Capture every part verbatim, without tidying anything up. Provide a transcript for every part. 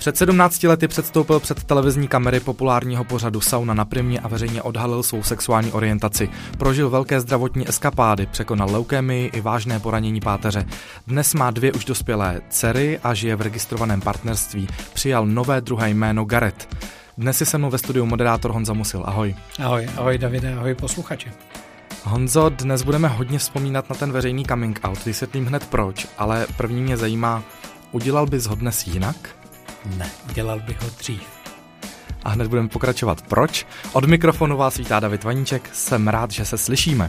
Před sedmnácti lety předstoupil před televizní kamery populárního pořadu Sauna na Primě a veřejně odhalil svou sexuální orientaci. Prožil velké zdravotní eskapády, překonal leukémii i vážné poranění páteře. Dnes má dvě už dospělé dcery a žije v registrovaném partnerství. Přijal nové druhé jméno Gareth. Dnes je se mnou ve studiu moderátor Honza Musil. Ahoj. Ahoj, ahoj Davide, ahoj posluchači. Honzo, dnes budeme hodně vzpomínat na ten veřejný coming out. Vysvětlím hned proč, ale první mě zajímá, udělal bys ho dnes jinak? Ne, udělal bych ho dřív. A hned budeme pokračovat proč. Od mikrofonu vás vítá David Vaníček, jsem rád, že se slyšíme.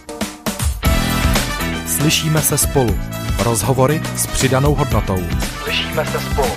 Slyšíme se spolu. Rozhovory s přidanou hodnotou. Slyšíme se spolu.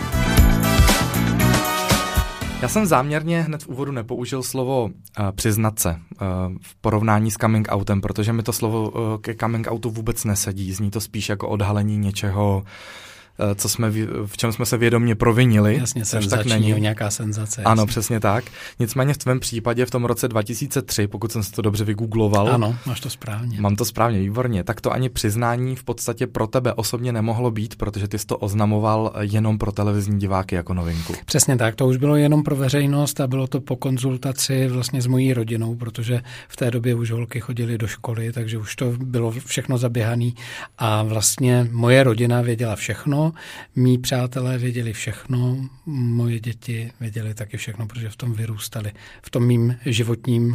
Já jsem záměrně hned v úvodu nepoužil slovo uh, přiznat se uh, v porovnání s coming outem, protože mi to slovo uh, ke coming outu vůbec nesedí. Zní to spíš jako odhalení něčeho, co jsme, v čem jsme se vědomě provinili. Jasně, senzačního, nějaká senzace. Ano, jasně. Přesně tak. Nicméně v tvém případě v tom roce dva tisíce tři, pokud jsem si to dobře vygoogloval. Ano, máš to správně. Mám to správně, výborně. Tak to ani přiznání v podstatě pro tebe osobně nemohlo být, protože ty jsi to oznamoval jenom pro televizní diváky jako novinku. Přesně tak, to už bylo jenom pro veřejnost a bylo to po konzultaci vlastně s mojí rodinou, protože v té době už holky chodily do školy, takže už to bylo všechno zaběhané a vlastně moje rodina věděla všechno. Mí přátelé věděli všechno, moje děti věděli taky všechno, protože v tom vyrůstali. V tom mým životním,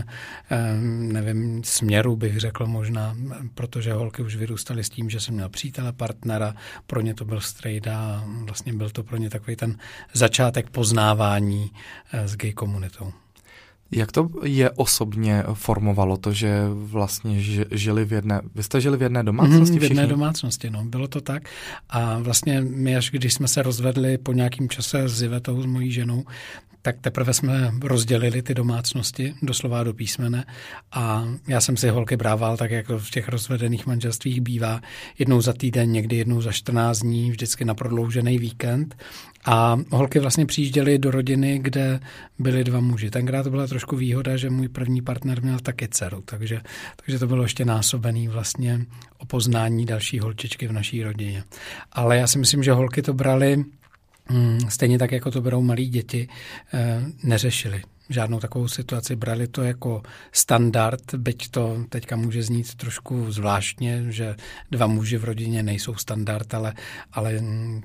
nevím, směru bych řekl možná, protože holky už vyrůstaly s tím, že jsem měl přítele, partnera, pro ně to byl strejda a vlastně byl to pro ně takový ten začátek poznávání s gay komunitou. Jak to je osobně formovalo to, že vlastně žili v jedné, vy jste žili v jedné domácnosti? Mm, v jedné domácnosti, no, bylo to tak. A vlastně my, až když jsme se rozvedli po nějakém čase s Ivetou, s mojí ženou, tak teprve jsme rozdělili ty domácnosti, doslova do písmene. A já jsem si holky brával, tak jako v těch rozvedených manželstvích bývá, jednou za týden, někdy jednou za čtrnáct dní, vždycky na prodloužený víkend. A holky vlastně přijížděly do rodiny, kde byli dva muži. Tenkrát to byla trošku výhoda, že můj první partner měl taky dceru, takže, takže to bylo ještě násobený vlastně o poznání další holčičky v naší rodině. Ale já si myslím, že holky to brali stejně tak, jako to berou malí děti, neřešili žádnou takovou situaci, brali to jako standard, byť to teďka může znít trošku zvláštně, že dva muži v rodině nejsou standard, ale, ale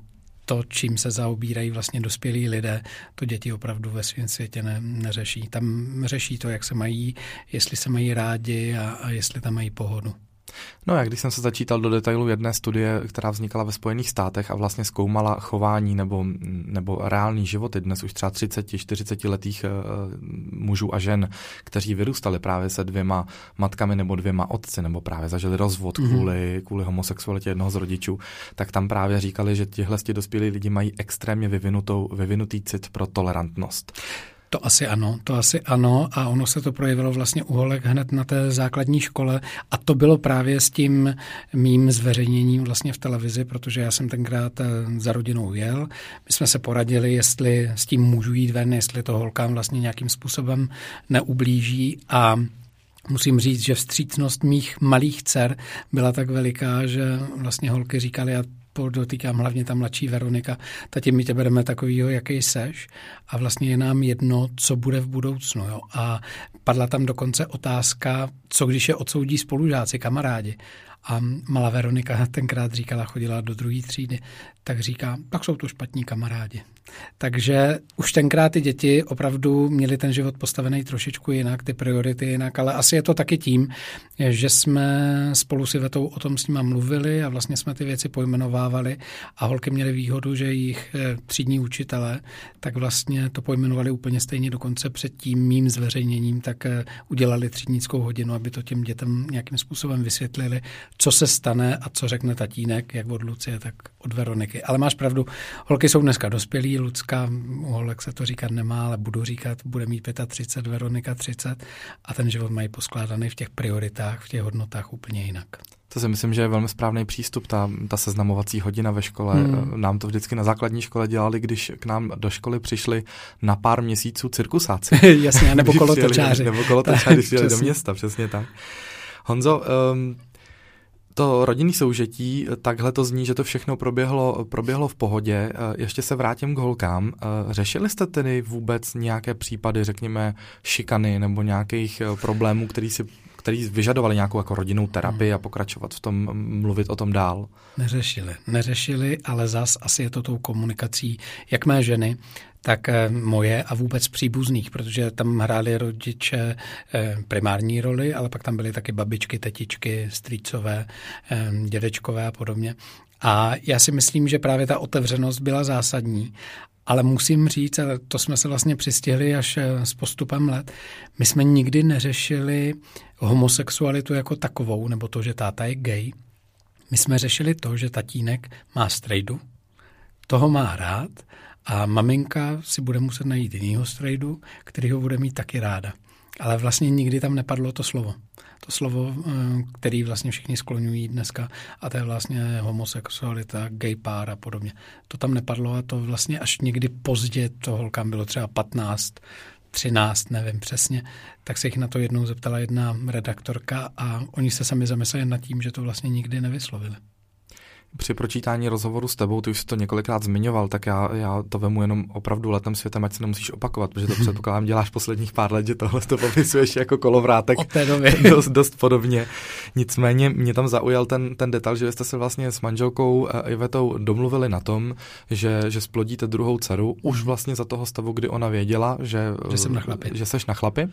to, čím se zaobírají vlastně dospělí lidé, to děti opravdu ve svém světě ne, neřeší. Tam řeší to, jak se mají, jestli se mají rádi a, a jestli tam mají pohodu. No já když jsem se začítal do detailu jedné studie, která vznikala ve Spojených státech a vlastně zkoumala chování nebo, nebo reální životy dnes už třeba třicet čtyřicet letých uh, mužů a žen, kteří vyrůstali právě se dvěma matkami nebo dvěma otci, nebo právě zažili rozvod mm-hmm. kvůli, kvůli homosexualitě jednoho z rodičů, tak tam právě říkali, že tihle dospělí lidi mají extrémně vyvinutou, vyvinutý cit pro tolerantnost. To asi ano, to asi ano a ono se to projevilo vlastně u holek hned na té základní škole a to bylo právě s tím mým zveřejněním vlastně v televizi, protože já jsem tenkrát za rodinou jel. My jsme se poradili, jestli s tím můžu jít ven, jestli to holkám vlastně nějakým způsobem neublíží a musím říct, že vstřícnost mých malých dcer byla tak veliká, že vlastně holky říkali, a podotýkám hlavně ta mladší Veronika, tati, my tě bereme takovýho, jaký seš a vlastně je nám jedno, co bude v budoucnu. Jo? A padla tam dokonce otázka, co když je odsoudí spolužáci, kamarádi. A malá Veronika tenkrát říkala, chodila do druhé třídy, tak říká, pak jsou to špatní kamarádi. Takže už tenkrát ty děti opravdu měly ten život postavený trošičku jinak, ty priority jinak, ale asi je to taky tím, že jsme spolu s Ivetou o tom s nima mluvili a vlastně jsme ty věci pojmenovávali a holky měly výhodu, že jejich třídní učitelé tak vlastně to pojmenovali úplně stejně, dokonce před tím mým zveřejněním, tak udělali třídnickou hodinu, aby to těm dětem nějakým způsobem vysvětlili, co se stane a co řekne tatínek, jak od Lucie, tak od Veroniky. Ale máš pravdu, holky jsou dneska dospělí, Lucka, u holek se to říkat nemá, ale budu říkat, bude mít třicet pět, Veronika třicet a ten život mají poskládaný v těch prioritách, v těch hodnotách úplně jinak. To si myslím, že je velmi správný přístup, ta, ta seznamovací hodina ve škole. Hmm. Nám to vždycky na základní škole dělali, když k nám do školy přišli na pár měsíců cirkusáci. Jasně, nebo kolotočáři. Nebo kolotočáři, když přijeli do města, přesně tak. Honzo, um, To rodinný soužití, takhle to zní, že to všechno proběhlo, proběhlo v pohodě. Ještě se vrátím k holkám. Řešili jste tedy vůbec nějaké případy, řekněme, šikany nebo nějakých problémů, který si který vyžadovali nějakou jako rodinnou terapii a pokračovat v tom, mluvit o tom dál? Neřešili. Neřešili, ale zas asi je to tou komunikací jak mé ženy, tak moje a vůbec příbuzných, protože tam hráli rodiče primární roli, ale pak tam byly taky babičky, tetičky, strýcové, dědečkové a podobně. A já si myslím, že právě ta otevřenost byla zásadní. Ale musím říct, a to jsme se vlastně přistihli až s postupem let, my jsme nikdy neřešili homosexualitu jako takovou, nebo to, že táta je gay. My jsme řešili to, že tatínek má strejdu, toho má rád a maminka si bude muset najít jinýho strejdu, který ho bude mít taky ráda. Ale vlastně nikdy tam nepadlo to slovo. To slovo, který vlastně všichni skloňují dneska, a to je vlastně homosexualita, gay pár a podobně. To tam nepadlo a to vlastně až někdy pozdě, to holkám bylo třeba patnáct, třináct, nevím přesně, tak se jich na to jednou zeptala jedna redaktorka a oni se sami zamysleli nad tím, že to vlastně nikdy nevyslovili. Při pročítání rozhovoru s tebou, ty už jsi to několikrát zmiňoval, tak já, já to vemu jenom opravdu letem světem, ať se nemusíš opakovat, protože to předpokládám děláš posledních pár let, že tohle to popisuješ jako kolovrátek dost, dost podobně. Nicméně mě tam zaujal ten, ten detail, že jste se vlastně s manželkou Ivetou domluvili na tom, že, že splodíte druhou dceru už vlastně za toho stavu, kdy ona věděla, že, že, jsem na chlapi. že seš na chlapi.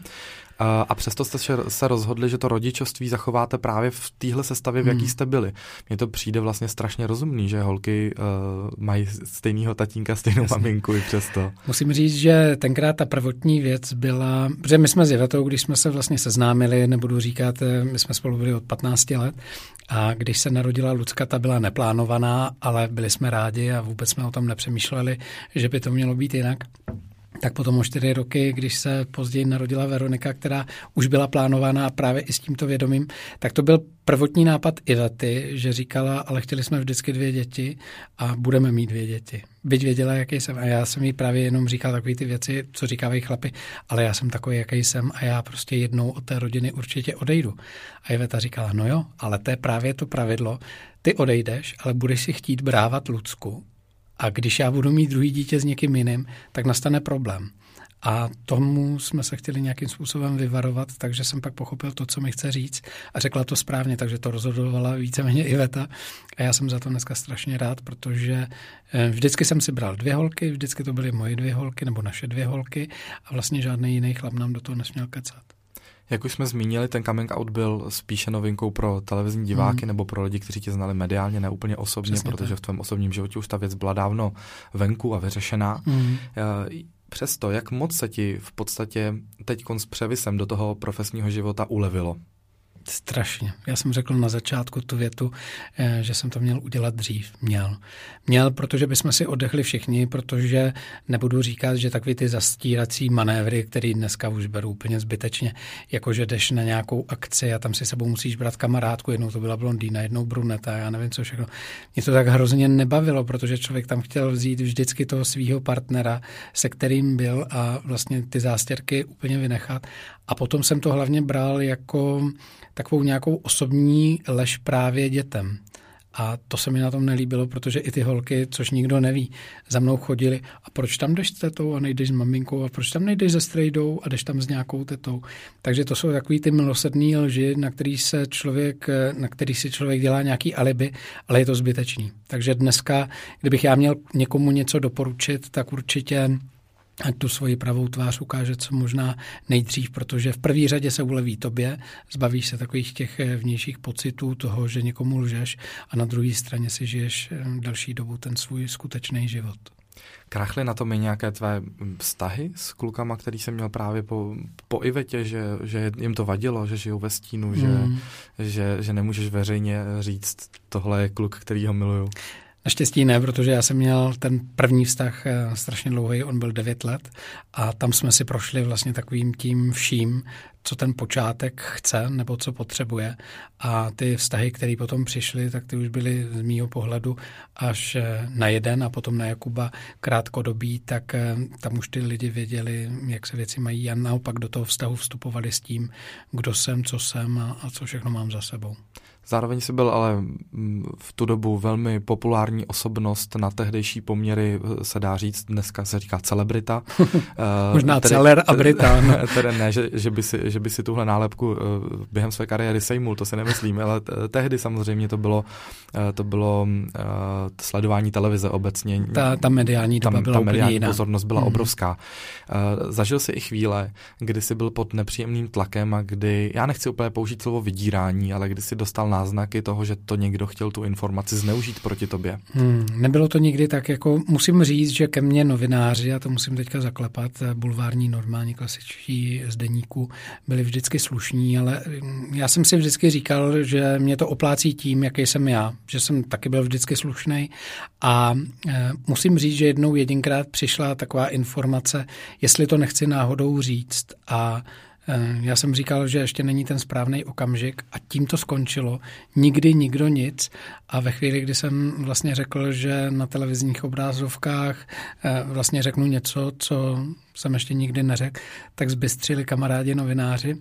A přesto jste se rozhodli, že to rodičovství zachováte právě v téhle sestavě, v jaký jste byli. Mně to přijde vlastně strašně rozumný, že holky uh, mají stejnýho tatínka, stejnou Jasně. maminku i přesto. Musím říct, že tenkrát ta prvotní věc byla, protože my jsme s Ivetou, když jsme se vlastně seznámili, nebudu říkat, my jsme spolu byli od patnácti let, a když se narodila Lucka, ta byla neplánovaná, ale byli jsme rádi a vůbec jsme o tom nepřemýšleli, že by to mělo být jinak. Tak potom o čtyři roky, když se později narodila Veronika, která už byla plánovaná právě i s tímto vědomím, tak to byl prvotní nápad Ivety, že říkala, ale chtěli jsme vždycky dvě děti a budeme mít dvě děti. Byť věděla, jaký jsem. A já jsem jí právě jenom říkal takové ty věci, co říkávají chlapi, ale já jsem takový, jaký jsem a já prostě jednou od té rodiny určitě odejdu. A Iveta říkala, no jo, ale to je právě to pravidlo, ty odejdeš, ale budeš si chtít brávat Lucku. A když já budu mít druhý dítě s někým jiným, tak nastane problém. A tomu jsme se chtěli nějakým způsobem vyvarovat, takže jsem pak pochopil to, co mi chce říct a řekla to správně, takže to rozhodovala víceméně Iveta. A já jsem za to dneska strašně rád, protože vždycky jsem si bral dvě holky, vždycky to byly moje dvě holky nebo naše dvě holky a vlastně žádný jiný chlap nám do toho nesměl kecat. Jak už jsme zmínili, ten coming out byl spíše novinkou pro televizní diváky mm. nebo pro lidi, kteří tě znali mediálně, ne úplně osobně, Přesně protože tak. v tvém osobním životě už ta věc byla dávno venku a vyřešená. Mm. Přesto, jak moc se ti v podstatě teď s převisem do toho profesního života ulevilo? Strašně. Já jsem řekl na začátku tu větu, že jsem to měl udělat dřív. Měl. Měl, protože bychom si oddechli všichni, protože nebudu říkat, že takový ty zastírací manévry, který dneska už beru úplně zbytečně, jako že jdeš na nějakou akci a tam si sebou musíš brát kamarádku, jednou to byla blondýna, jednou bruneta, já nevím co všechno. Mě to tak hrozně nebavilo, protože člověk tam chtěl vzít vždycky toho svého partnera, se kterým byl a vlastně ty zástěrky úplně vynechat. A potom jsem to hlavně bral jako takovou nějakou osobní lež právě dětem. A to se mi na tom nelíbilo, protože i ty holky, což nikdo neví, za mnou chodili. A proč tam jdeš s tetou a nejdeš s maminkou? A proč tam nejdeš se strejdou a jdeš tam s nějakou tetou? Takže to jsou takový ty milosrdný lži, na který se člověk, na který si člověk dělá nějaký alibi, ale je to zbytečný. Takže dneska, kdybych já měl někomu něco doporučit, tak určitě ať tu svoji pravou tvář ukáže co možná nejdřív, protože v první řadě se uleví tobě, zbavíš se takových těch vnějších pocitů toho, že někomu lžeš a na druhé straně si žiješ další dobu ten svůj skutečný život. Kráchly na tom i nějaké tvé vztahy s klukama, který jsem měl právě po, po Ivetě, že, že jim to vadilo, že žijou ve stínu, mm. že, že, že nemůžeš veřejně říct, tohle je kluk, který ho miluju? Naštěstí ne, protože já jsem měl ten první vztah strašně dlouhý, on byl devět let a tam jsme si prošli vlastně takovým tím vším, co ten počátek chce nebo co potřebuje. A ty vztahy, které potom přišly, tak ty už byly z mýho pohledu až na jeden a potom na Jakuba krátkodobí, tak tam už ty lidi věděli, jak se věci mají a naopak do toho vztahu vstupovali s tím, kdo jsem, co jsem a, a co všechno mám za sebou. Zároveň jsi byl ale v tu dobu velmi populární osobnost na tehdejší poměry, se dá říct, dneska se říká celebrita. Možná tedy, celer a brita. No. Tedy ne, že, že, by si, že by si tuhle nálepku během své kariéry sejmul, to si nemyslím, ale tehdy samozřejmě to bylo, to bylo sledování televize obecně. Ta, ta mediální doba Tam, byla ta mediální jiná. pozornost byla mm. obrovská. Zažil jsi i chvíle, kdy jsi byl pod nepříjemným tlakem a kdy, já nechci úplně použít slovo vydírání, ale kdy jsi dostal náznaky toho, že to někdo chtěl tu informaci zneužít proti tobě. Hmm, nebylo to nikdy tak, jako musím říct, že ke mně novináři, a to musím teďka zaklepat, bulvární, normální, klasičtí z deníku, byli vždycky slušní, ale já jsem si vždycky říkal, že mě to oplácí tím, jaký jsem já, že jsem taky byl vždycky slušnej a e, musím říct, že jednou jedinkrát přišla taková informace, jestli to nechci náhodou říct a já jsem říkal, že ještě není ten správný okamžik a tím to skončilo. Nikdy nikdo nic a ve chvíli, kdy jsem vlastně řekl, že na televizních obrazovkách vlastně řeknu něco, co jsem ještě nikdy neřekl, tak zbystřili kamarádi novináři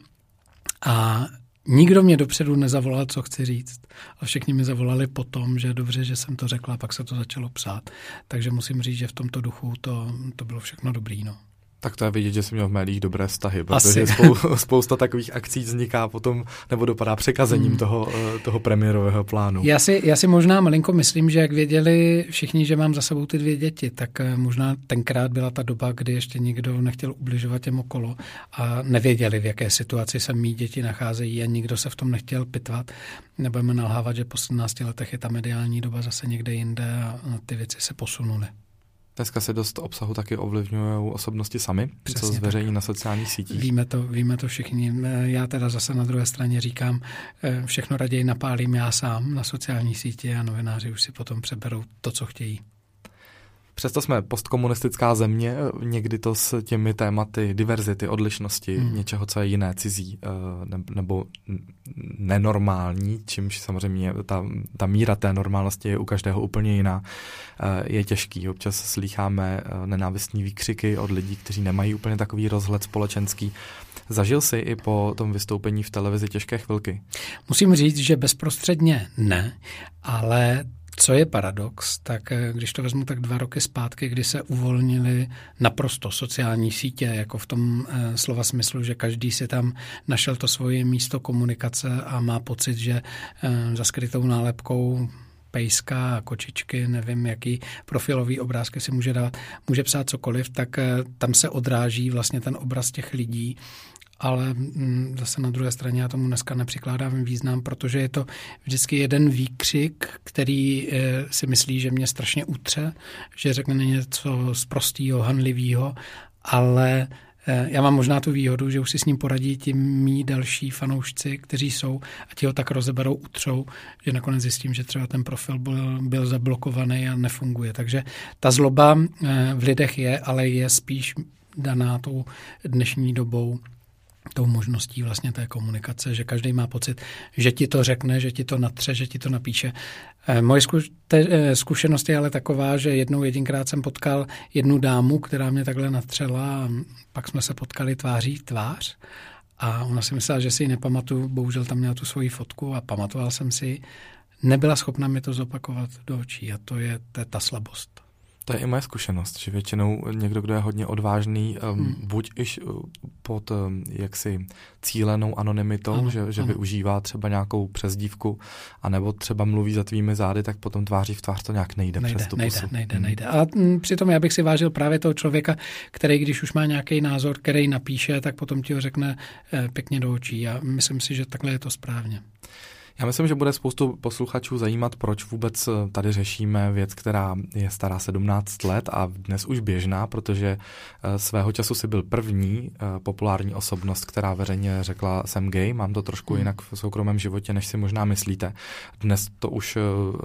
a nikdo mě dopředu nezavolal, co chci říct. A všichni mi zavolali potom, že dobře, že jsem to řekla, pak se to začalo psát. Takže musím říct, že v tomto duchu to, to bylo všechno dobrý, no. Tak to je vidět, že jsi měl v médiích dobré vztahy, protože spou, spousta takových akcí vzniká potom, nebo dopadá překazením hmm. toho, toho premiérového plánu. Já si, já si možná malinko myslím, že jak věděli všichni, že mám za sebou ty dvě děti, tak možná tenkrát byla ta doba, kdy ještě nikdo nechtěl ubližovat těm okolo a nevěděli, v jaké situaci se mý děti nacházejí a nikdo se v tom nechtěl pitvat. Nebudeme nalhávat, že po sedmnácti letech je ta mediální doba zase někde jinde a ty věci se posunuly. Dneska se dost obsahu taky ovlivňují osobnosti sami, co zveřejní na sociálních sítích. Víme to, víme to všichni. Já teda zase na druhé straně říkám, všechno raději napálím já sám na sociální sítě a novináři už si potom přeberou to, co chtějí. Přesto jsme postkomunistická země, někdy to s těmi tématy diverzity, odlišnosti, hmm. něčeho, co je jiné, cizí nebo nenormální, čímž samozřejmě ta, ta míra té normálnosti je u každého úplně jiná, je těžký. Občas slýcháme nenávistní výkřiky od lidí, kteří nemají úplně takový rozhled společenský. Zažil jsi i po tom vystoupení v televizi těžké chvilky? Musím říct, že bezprostředně ne, ale co je paradox, tak když to vezmu tak dva roky zpátky, kdy se uvolnily naprosto sociální sítě, jako v tom e, slova smyslu, že každý si tam našel to svoje místo komunikace a má pocit, že e, za skrytou nálepkou pejska a kočičky, nevím, jaký profilový obrázky si může dát, může psát cokoliv, tak e, tam se odráží vlastně ten obraz těch lidí. Ale zase na druhé straně já tomu dneska nepřikládám význam, protože je to vždycky jeden výkřik, který si myslí, že mě strašně utře, že řekne něco sprostýho, hanlivýho, ale já mám možná tu výhodu, že už si s ním poradí ti mý další fanoušci, kteří jsou a ti ho tak rozeberou, utřou, že nakonec zjistím, že třeba ten profil byl, byl zablokovaný a nefunguje. Takže ta zloba v lidech je, ale je spíš daná tou dnešní dobou, tou možností vlastně té komunikace, že každý má pocit, že ti to řekne, že ti to natře, že ti to napíše. Moje zkušenost je ale taková, že jednou jedinkrát jsem potkal jednu dámu, která mě takhle natřela a pak jsme se potkali tváří v tvář a ona si myslela, že si ji nepamatuju, bohužel tam měla tu svoji fotku a pamatoval jsem si, nebyla schopna mi to zopakovat do očí a to je, to je ta slabost. To je i moje zkušenost, že většinou někdo, kdo je hodně odvážný, um, hmm. buď iž pod um, jaksi cílenou anonymitou, ano, že, že využívá třeba nějakou přezdívku, anebo třeba mluví za tvými zády, tak potom tváří v tvář to nějak nejde, nejde přes tu nejde, pusu. Nejde, hmm. nejde. A m, přitom já bych si vážil právě toho člověka, který když už má nějaký názor, který napíše, tak potom ti ho řekne eh, pěkně do očí. A myslím si, že takhle je to správně. Já myslím, že bude spoustu posluchačů zajímat, proč vůbec tady řešíme věc, která je stará sedmnáct let a dnes už běžná, protože svého času si byl první populární osobnost, která veřejně řekla, jsem gay, mám to trošku hmm. jinak v soukromém životě, než si možná myslíte. Dnes to už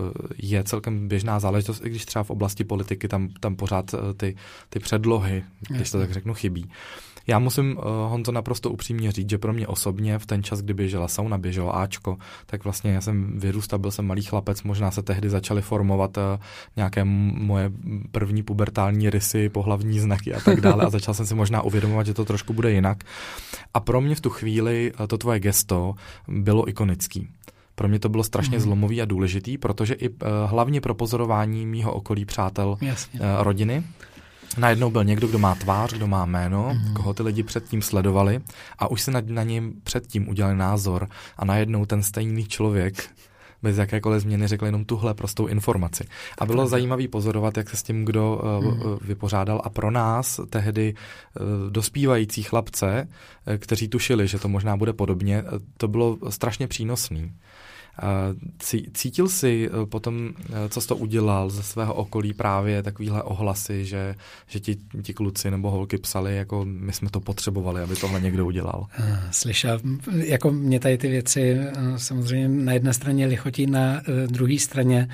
je celkem běžná záležitost, i když třeba v oblasti politiky tam, tam pořád ty, ty předlohy, když to tak řeknu, chybí. Já musím, uh, Honzo, naprosto upřímně říct, že pro mě osobně v ten čas, kdy běžela sauna, běželo Ačko, tak vlastně já jsem vyrůstal, byl jsem malý chlapec, možná se tehdy začaly formovat uh, nějaké moje první pubertální rysy, pohlavní znaky a tak dále a začal jsem si možná uvědomovat, že to trošku bude jinak. A pro mě v tu chvíli uh, to tvoje gesto bylo ikonický. Pro mě to bylo strašně mm. zlomový a důležitý, protože i uh, hlavně pro pozorování mýho okolí, přátel, uh, rodiny, najednou byl někdo, kdo má tvář, kdo má jméno, mm. koho ty lidi předtím sledovali a už se na, na něm předtím udělali názor a najednou ten stejný člověk bez jakékoliv změny řekl jenom tuhle prostou informaci. A bylo zajímavé pozorovat, jak se s tím kdo uh, mm. vypořádal a pro nás tehdy uh, dospívající chlapce, uh, kteří tušili, že to možná bude podobně, uh, to bylo strašně přínosný. Cítil jsi potom, co jsi to udělal ze svého okolí, právě takovýhle ohlasy, že, že ti, ti kluci nebo holky psali, jako my jsme to potřebovali, aby tohle někdo udělal? Slyšel, jako mě tady ty věci samozřejmě na jedné straně lichotí, na druhé straně,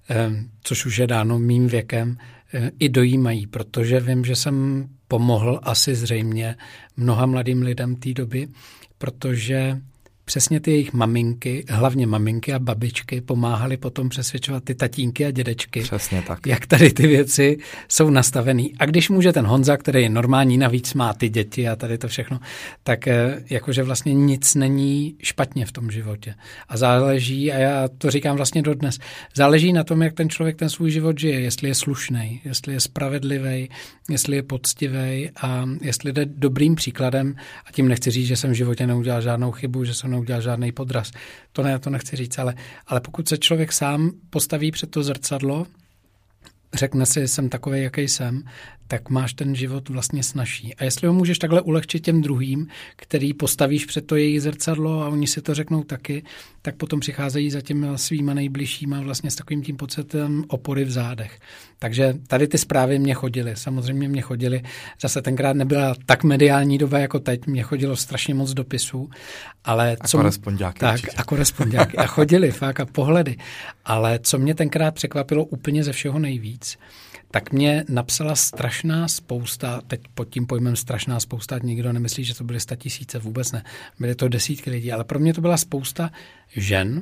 což už je dáno mým věkem, i dojímají, protože vím, že jsem pomohl asi zřejmě mnoha mladým lidem té doby, protože přesně ty jejich maminky, hlavně maminky a babičky, pomáhali potom přesvědčovat ty tatínky a dědečky. Přesně tak. Jak tady ty věci jsou nastavený. A když může ten Honza, který je normální, navíc má ty děti a tady to všechno, tak jakože vlastně nic není špatně v tom životě. A záleží, a já to říkám vlastně dodnes, záleží na tom, jak ten člověk ten svůj život žije, jestli je slušnej, jestli je spravedlivý, jestli je poctivý a jestli jde dobrým příkladem. A tím nechci říct, že jsem v životě neudělal žádnou chybu, že jsem neudělal žádný podraz. To ne, to nechci říct, ale, ale pokud se člověk sám postaví před to zrcadlo, řekne si, jsem takovej, jaký jsem, tak máš ten život vlastně snazší. A jestli ho můžeš takhle ulehčit těm druhým, který postavíš před to jejich zrcadlo a oni si to řeknou taky, tak potom přicházejí za těma svýma nejbližšíma vlastně s takovým tím pocitem opory v zádech. Takže tady ty zprávy mě chodily. Samozřejmě mě chodily. Zase tenkrát nebyla tak mediální doba jako teď. Mě chodilo strašně moc dopisů. Ale a co korespondáky. Tak, určitě. a korespondáky. A chodili fakt a pohledy. Ale co mě tenkrát překvapilo úplně ze všeho nejvíc, tak mě napsala strašná spousta, teď pod tím pojmem strašná spousta, nikdo nemyslí, že to byly statisíce, vůbec ne. Byly to desítky lidí, ale pro mě to byla spousta žen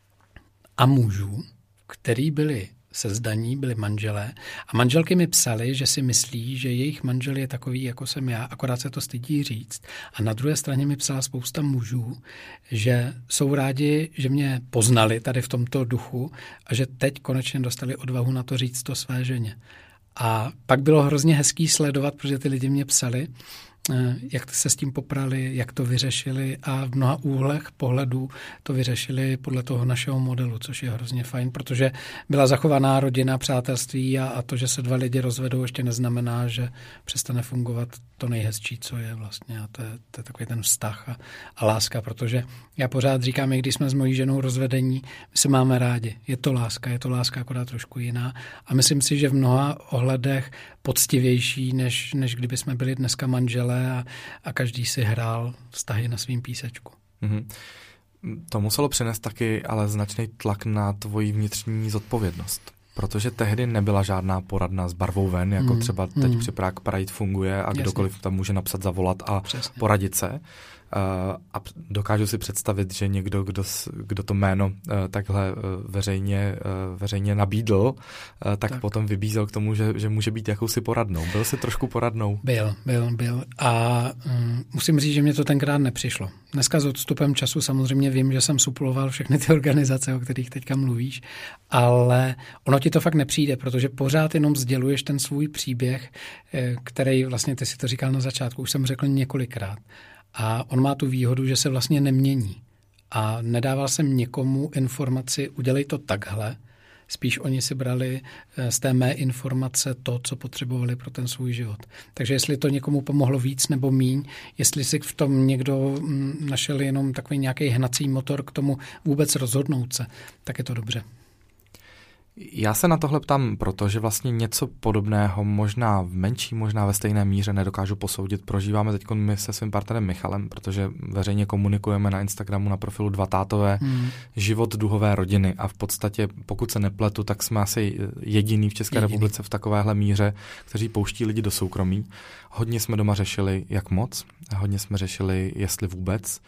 a mužů, který byli sezdaní, byli manželé a manželky mi psaly, že si myslí, že jejich manžel je takový, jako jsem já, akorát se to stydí říct. A na druhé straně mi psala spousta mužů, že jsou rádi, že mě poznali tady v tomto duchu a že teď konečně dostali odvahu na to říct to své ženě. A pak bylo hrozně hezký sledovat, protože ty lidi mě psali, jak se s tím poprali, jak to vyřešili a v mnoha úhlech pohledů to vyřešili podle toho našeho modelu, což je hrozně fajn, protože byla zachovaná rodina, přátelství a, a to, že se dva lidi rozvedou, ještě neznamená, že přestane fungovat to nejhezčí, co je vlastně. A to je, to je takový ten vztah a, a láska, protože já pořád říkám, i když jsme s mojí ženou rozvedení, my se máme rádi. Je to láska, je to láska akorát trošku jiná a myslím si, že v mnoha ohledech poctivější, než, než kdyby jsme byli dneska manželé a, a každý si hrál vztahy na svým písečku. Mm-hmm. To muselo přinést taky ale značný tlak na tvoji vnitřní zodpovědnost, protože tehdy nebyla žádná poradna s barvou ven, jako mm, třeba teď mm. při Prague Pride funguje a Jasně. kdokoliv tam může napsat, zavolat a Přesně. poradit se. Uh, a dokážu si představit, že někdo, kdo, kdo to jméno uh, takhle uh, veřejně, uh, veřejně nabídl, uh, tak, tak potom vybízel k tomu, že, že může být jakousi poradnou. Byl jsi trošku poradnou? Byl, byl, byl. A um, musím říct, že mě to tenkrát nepřišlo. Dneska s odstupem času samozřejmě vím, že jsem suploval všechny ty organizace, o kterých teďka mluvíš, ale ono ti to fakt nepřijde, protože pořád jenom sděluješ ten svůj příběh, který vlastně, ty si to říkal na začátku, už jsem řekl několikrát. A on má tu výhodu, že se vlastně nemění. A nedával jsem někomu informaci, udělej to takhle, spíš oni si brali z té mé informace to, co potřebovali pro ten svůj život. Takže jestli to někomu pomohlo víc nebo míň, jestli si v tom někdo našel jenom takový nějaký hnací motor k tomu vůbec rozhodnout se, tak je to dobře. Já se na tohle ptám, protože vlastně něco podobného, možná v menší, možná ve stejné míře nedokážu posoudit. Prožíváme teď my se svým partnerem Michalem, protože veřejně komunikujeme na Instagramu na profilu Dva tátové hmm. život duhové rodiny a v podstatě, pokud se nepletu, tak jsme asi jediný v České jediný. republice v takovéhle míře, kteří pouští lidi do soukromí. Hodně jsme doma řešili, jak moc, hodně jsme řešili, jestli vůbec.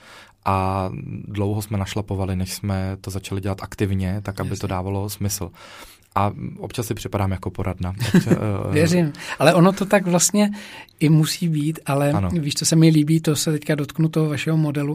A dlouho jsme našlapovali, než jsme to začali dělat aktivně, tak aby Jasně. to dávalo smysl. A občas si připadám jako poradna. Věřím, ale ono to tak vlastně i musí být, ale ano. víš, co se mi líbí, to se teďka dotknu toho vašeho modelu.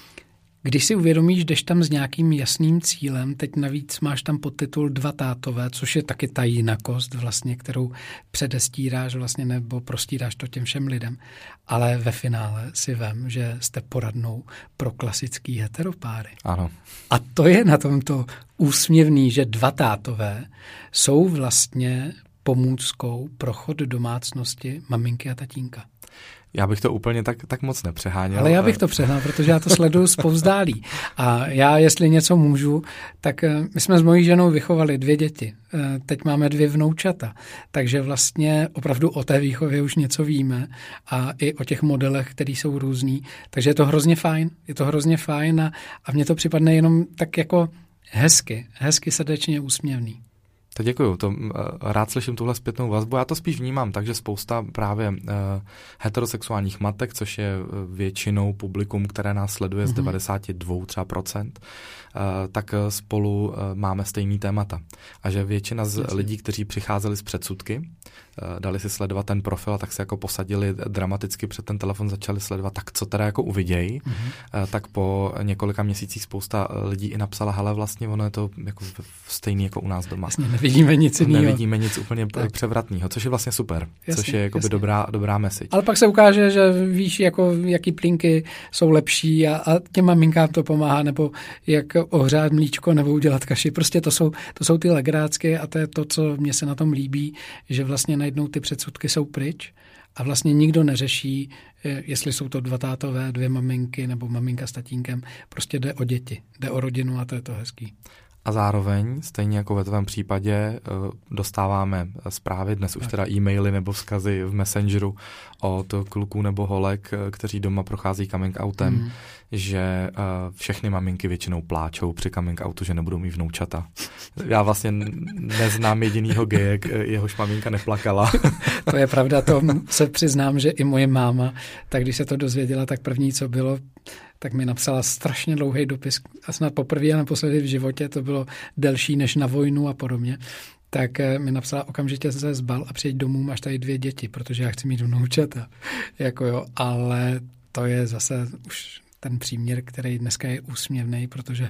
Když si uvědomíš, jdeš tam s nějakým jasným cílem, teď navíc máš tam podtitul Dva tátové, což je taky ta jinakost vlastně, kterou předestíráš vlastně nebo prostíráš to těm všem lidem, ale ve finále si vem, že jste poradnou pro klasický heteropáry. Ano. A to je na tomto úsměvný, že Dva tátové jsou vlastně pomůckou pro chod domácnosti maminky a tatínka. Já bych to úplně tak, tak moc nepřeháněl. Ale já bych to přehnal, protože já to sleduju zpovzdálí. A já, jestli něco můžu, tak my jsme s mojí ženou vychovali dvě děti. Teď máme dvě vnoučata. Takže vlastně opravdu o té výchově už něco víme a i o těch modelech, které jsou různý. Takže je to hrozně fajn. Je to hrozně fajn a, a mně to připadne jenom tak jako hezky, hezky srdečně úsměvný. To děkuju, to, rád slyším tuhle zpětnou vazbu. Já to spíš vnímám, takže spousta právě uh, heterosexuálních matek, což je většinou publikum, které nás sleduje mm-hmm. z devadesát dva třeba procent, uh, tak spolu uh, máme stejný témata. A že většina z Jasně. lidí, kteří přicházeli z předsudky, uh, dali si sledovat ten profil a tak se jako posadili dramaticky před ten telefon, začali sledovat, tak co teda jako uvidějí, mm-hmm. uh, tak po několika měsících spousta lidí i napsala, hele, vlastně ono je to jako stejný jako u nás doma. Jasně, nevidíme nic jiného. Nevidíme nic úplně tak. převratného, což je vlastně super, jasně, což je jakoby dobrá, dobrá message. Ale pak se ukáže, že víš, jako, jaký plínky jsou lepší a, a těm maminkám to pomáhá, nebo jak ohřát mlíčko, nebo udělat kaši. Prostě to jsou, to jsou ty legrácky a to je to, co mně se na tom líbí, že vlastně najednou ty předsudky jsou pryč a vlastně nikdo neřeší, jestli jsou to dva tátové, dvě maminky nebo maminka s tatínkem. Prostě jde o děti, jde o rodinu a to je to hezký. A zároveň, stejně jako ve tvém případě, dostáváme zprávy, dnes už teda e-maily nebo vzkazy v Messengeru od kluků nebo holek, kteří doma prochází coming outem, mm. že všechny maminky většinou pláčou při coming outu, že nebudou mít vnoučata. Já vlastně neznám jedinýho geje, jehož maminka neplakala. To je pravda, to se přiznám, že i moje máma, tak když se to dozvěděla, tak první, co bylo, tak mi napsala strašně dlouhý dopis a snad poprvé a naposledy v životě, to bylo delší než na vojnu a podobně, tak mi napsala okamžitě se zbal a přijď domů, máš tady dvě děti, protože já chci mít vnoučata. Jako jo, ale to je zase už ten příměr, který dneska je úsměvný, protože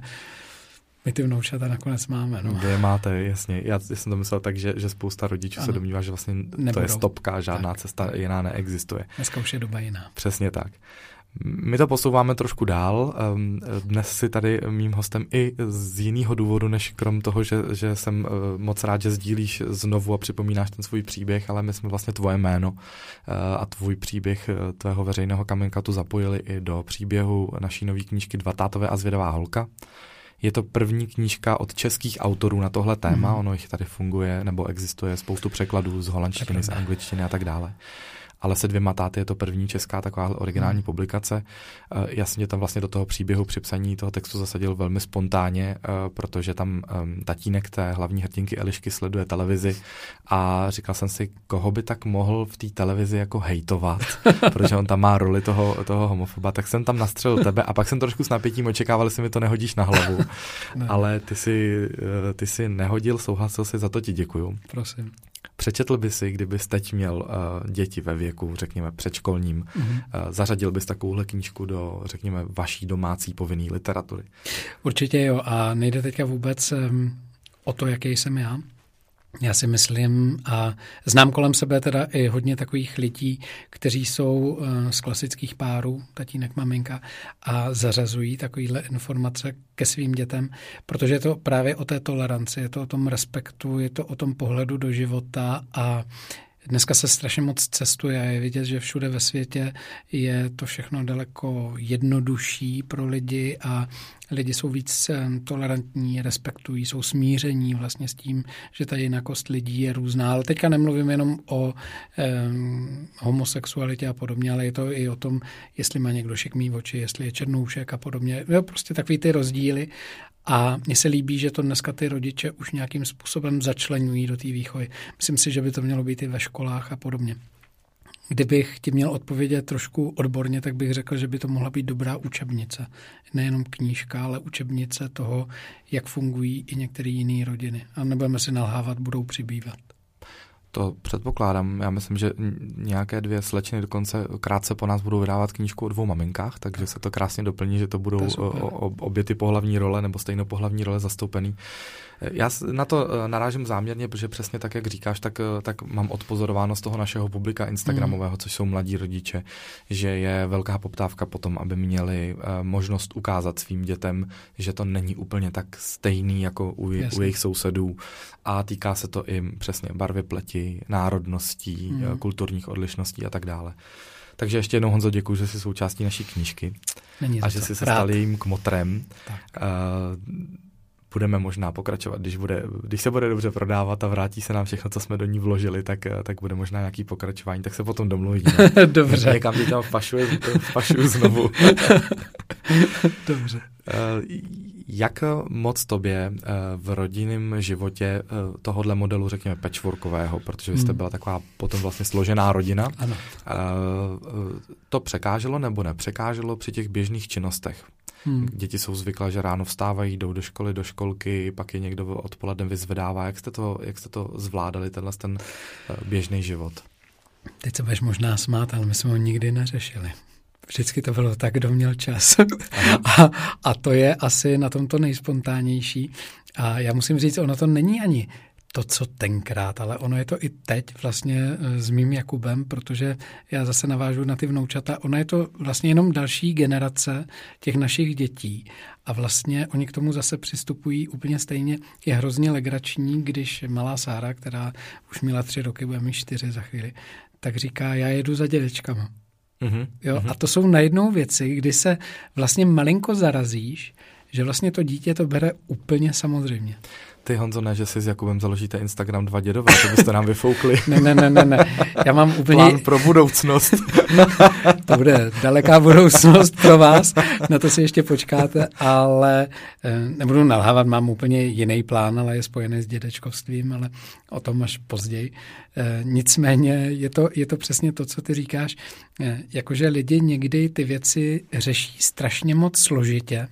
my ty vnoučata nakonec máme. No. Vy máte, jasně. Já jsem to myslel tak, že, že spousta rodičů ano. se domnívá, že vlastně Nebudou. to je stopka, žádná tak. cesta jiná neexistuje. Dneska už je doba jiná. Přesně tak. My to posouváme trošku dál. Dnes si tady mým hostem i z jiného důvodu, než krom toho, že, že jsem moc rád, že sdílíš znovu a připomínáš ten svůj příběh, ale my jsme vlastně tvoje jméno a tvůj příběh tvého veřejného coming outu zapojili i do příběhu naší nové knížky Dva tátové a zvědavá holka. Je to první knížka od českých autorů na tohle téma, mm. ono jich tady funguje nebo existuje spoustu překladů z holandštiny, z angličtiny a tak dále. Ale Se dvěma táty je to první česká taková originální hmm. publikace. Jasně tam vlastně do toho příběhu při psaní toho textu zasadil velmi spontánně, protože tam tatínek té hlavní hrdinky Elišky sleduje televizi a říkal jsem si, koho by tak mohl v té televizi jako hejtovat, protože on tam má roli toho, toho homofoba, tak jsem tam nastřelil tebe a pak jsem trošku s napětím očekával, jestli mi to nehodíš na hlavu. Ne. Ale ty si, ty si nehodil, souhlasil si, za to ti děkuju. Prosím. Přečetl by si, kdybys teď měl uh, děti ve věku, řekněme, předškolním, mm-hmm. uh, zařadil bys takovouhle knížku do, řekněme, vaší domácí povinné literatury? Určitě jo a nejde teďka vůbec um, o to, jaký jsem já. Já si myslím a znám kolem sebe teda i hodně takových lidí, kteří jsou uh, z klasických párů, tatínek, maminka a zařazují takovýhle informace ke svým dětem, protože je to právě o té toleranci, je to o tom respektu, je to o tom pohledu do života a Dneska se strašně moc cestuje a je vidět, že všude ve světě je to všechno daleko jednodušší pro lidi a lidi jsou víc tolerantní, respektují, jsou smíření vlastně s tím, že ta jinakost lidí je různá. Ale teďka nemluvím jenom o um, homosexualitě a podobně, ale je to i o tom, jestli má někdo šikmý oči, jestli je černoušek a podobně. Jo, prostě takový ty rozdíly. A mně se líbí, že to dneska ty rodiče už nějakým způsobem začleňují do té výchovy. Myslím si, že by to mělo být i ve školách a podobně. Kdybych ti měl odpovědět trošku odborně, tak bych řekl, že by to mohla být dobrá učebnice. Nejenom knížka, ale učebnice toho, jak fungují i některé jiné rodiny. A nebudeme si nalhávat, budou přibývat. To předpokládám. Já myslím, že nějaké dvě slečny dokonce krátce po nás budou vydávat knížku o dvou maminkách, takže se to krásně doplní, že to budou to obě ty pohlavní role nebo stejnopohlavní role zastoupený. Já na to narážím záměrně, protože přesně tak, jak říkáš, tak, tak mám odpozorováno z toho našeho publika instagramového, což jsou mladí rodiče, že je velká poptávka potom, aby měli možnost ukázat svým dětem, že to není úplně tak stejný jako u, u jejich sousedů a týká se to i přesně barvy pleti, národností, mm. kulturních odlišností a tak dále. Takže ještě jednou, Honzo, děkuji, že jsi součástí naší knížky a že jsi se stal jejím kmotrem. Tak. Uh, Budeme možná pokračovat, když, bude, když se bude dobře prodávat a vrátí se nám všechno, co jsme do ní vložili, tak, tak bude možná nějaký pokračování, tak se potom domluvíme. Dobře. Někam ti tam vpašuju, vpašuju znovu. Dobře. Jak moc tobě v rodinném životě tohohle modelu, řekněme, patchworkového, protože vy jste byla taková potom vlastně složená rodina, ano. to překáželo nebo nepřekáželo při těch běžných činnostech? Hmm. Děti jsou zvyklé, že ráno vstávají, jdou do školy, do školky, pak je někdo odpoledne vyzvedává. Jak jste to, jak jste to zvládali, tenhle ten běžný život? Teď se budeš možná smát, ale my jsme ho nikdy neřešili. Vždycky to bylo tak, kdo měl čas. a, a to je asi na tom to nejspontánnější. A já musím říct, ono to není ani to, co tenkrát, ale ono je to i teď vlastně s mým Jakubem, protože já zase navážu na ty vnoučata. Ono je to vlastně jenom další generace těch našich dětí a vlastně oni k tomu zase přistupují úplně stejně. Je hrozně legrační, když malá Sára, která už měla tři roky, bude mít čtyři za chvíli, tak říká, já jedu za dědečkama. Mm-hmm. Jo, a to jsou najednou věci, kdy se vlastně malinko zarazíš, že vlastně to dítě to bere úplně samozřejmě. Ty, Honzo, ne, že si s Jakubem založíte Instagram dva dědové, to byste nám vyfoukli. ne, ne, ne, ne, ne. Já mám úplně... Plán pro budoucnost. To bude daleká budoucnost pro vás, na to si ještě počkáte, ale nebudu nalhávat, mám úplně jiný plán, ale je spojený s dědečkovstvím, ale o tom až později. Nicméně je to, je to přesně to, co ty říkáš, jakože lidi někdy ty věci řeší strašně moc složitě,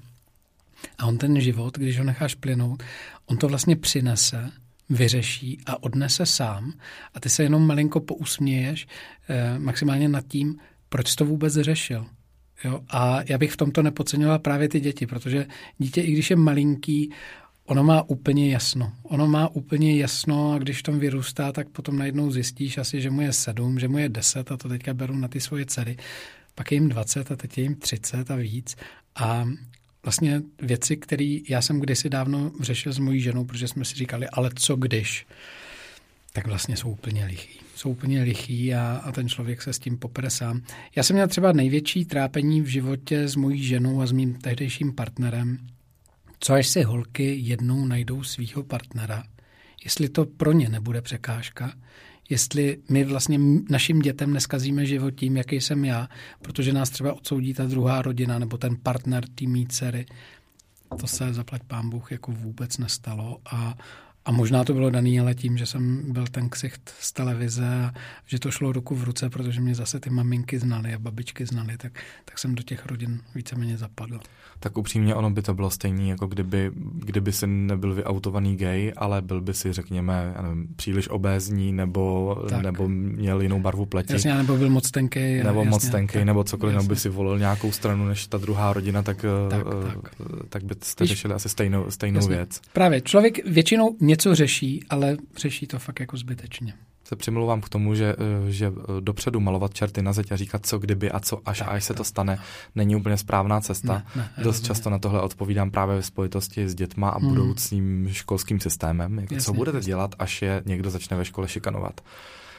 a on ten život, když ho necháš plynout, on to vlastně přinese, vyřeší a odnese sám a ty se jenom malinko pousměješ eh, maximálně nad tím, proč jsi to vůbec řešil. Jo? A já bych v tomto nepodceňoval právě ty děti, protože dítě, i když je malinký, ono má úplně jasno. Ono má úplně jasno a když v tom vyrůstá, tak potom najednou zjistíš asi, že mu je sedm, že mu je deset a to teďka beru na ty svoje dcery. Pak je jim dvacet a teď je jim třicet a víc a vlastně věci, které já jsem kdysi dávno řešil s mojí ženou, protože jsme si říkali, ale co když? Tak vlastně jsou úplně lichý. Jsou úplně lichý a, a ten člověk se s tím popere sám. Já jsem měl třeba největší trápení v životě s mojí ženou a s mým tehdejším partnerem. Co až si holky jednou najdou svýho partnera, jestli to pro ně nebude překážka, jestli my vlastně našim dětem neskazíme život tím, jaký jsem já, protože nás třeba odsoudí ta druhá rodina nebo ten partner té mý dcery. To se zaplať pán Bůh jako vůbec nestalo a, a možná to bylo daný ale tím, že jsem byl ten ksicht z televize a že to šlo ruku v ruce, protože mě zase ty maminky znaly a babičky znaly, tak, tak jsem do těch rodin víceméně zapadl. Tak upřímně ono by to bylo stejné, jako kdyby, kdyby si nebyl vyautovaný gay, ale byl by si, řekněme, nevím, příliš obézní nebo, nebo měl jinou barvu pleti. Jasně, nebo byl moc tenkej. Nebo jasně, moc tenkej, nebo cokoliv, nebo by si volil nějakou stranu než ta druhá rodina, tak, tak, tak. tak byste řešili asi stejnou, stejnou jasně. věc. Právě, člověk většinou něco řeší, ale řeší to fakt jako zbytečně. Se přimlouvám k tomu, že, že dopředu malovat čerty na zeď a říkat, co kdyby a co až tak, a až se to stane, není úplně správná cesta. Ne, ne, Dost rozumím. Často na tohle odpovídám právě ve spojitosti s dětma a hmm. budoucím školským systémem. Jak, co budete jasně. dělat, až je někdo začne ve škole šikanovat?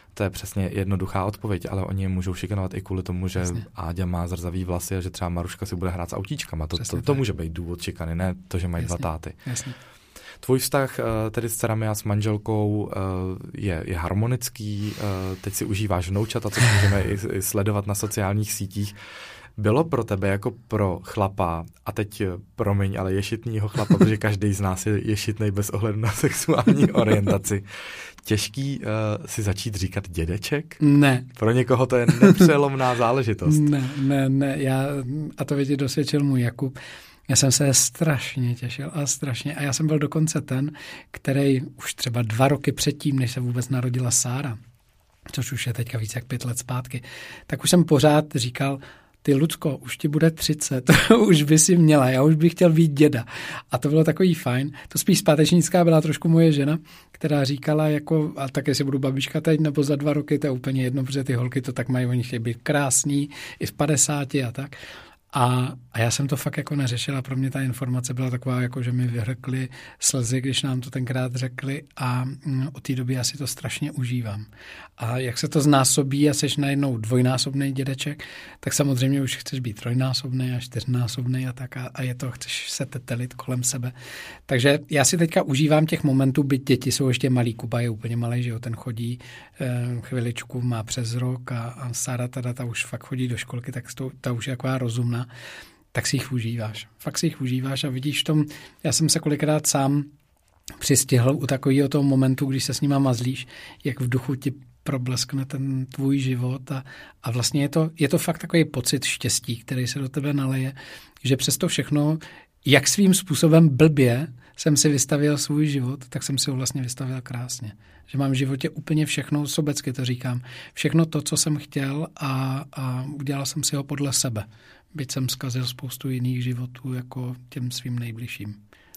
To je přesně jednoduchá odpověď, ale oni je můžou šikanovat i kvůli tomu, že přesně. Áďa má zrzavý vlasy a že třeba Maruška si bude hrát s autíčkama. To, to, to může být důvod šikany, ne to, že mají Jasně. dva táty. Jasně. Tvůj vztah tedy s dcerami a s manželkou je, je harmonický, teď si užíváš vnoučata, což můžeme i, i sledovat na sociálních sítích. Bylo pro tebe jako pro chlapa, a teď promiň, ale ješitnýho chlapa, protože každý z nás je ješitnej bez ohledu na sexuální orientaci, těžký uh, si začít říkat dědeček? Ne. Pro někoho to je nepřelomná záležitost. Ne, ne, ne, já, a to větě dosvědčil můj Jakub, já jsem se strašně těšil a strašně. A já jsem byl dokonce ten, který už třeba dva roky předtím, než se vůbec narodila Sára, což už je teďka víc jak pět let zpátky, tak už jsem pořád říkal, ty Lucko, už ti bude třicet, už by si měla, já už bych chtěl být děda. A to bylo takový fajn. To spíš zpátečnická byla trošku moje žena, která říkala, jako, a tak jestli budu babička teď nebo za dva roky, to je úplně jedno, protože ty holky to tak mají, oni chtějí být krásní, i v padesáti a tak. A, a já jsem to fakt jako neřešila. Pro mě ta informace byla taková, jako že mi vyhrkly slzy, když nám to tenkrát řekli a mm, od té doby já si to strašně užívám. A jak se to znásobí a seš najednou dvojnásobný dědeček, tak samozřejmě už chceš být trojnásobný a čtyřnásobný a tak a, a je to, chceš se tetelit kolem sebe. Takže já si teďka užívám těch momentů, byť děti jsou ještě malý, Kuba je úplně malý, že jo, ten chodí eh, chviličku, má přes rok a, a Sára teda ta už fakt chodí do školky, tak to, ta už je taková rozumná, tak si jich užíváš. Fakt si jich užíváš a vidíš v tom, já jsem se kolikrát sám přistihl u takového toho momentu, když se s nima mazlíš, jak v duchu ti probleskne ten tvůj život a, a vlastně je to, je to fakt takový pocit štěstí, který se do tebe naleje, že přes to všechno, jak svým způsobem blbě jsem si vystavil svůj život, tak jsem si ho vlastně vystavil krásně. Že mám v životě úplně všechno, sobecky to říkám, všechno to, co jsem chtěl a, a udělal jsem si ho podle sebe. Byť jsem zkazil spoustu jiných životů jako těm svým nejbližším.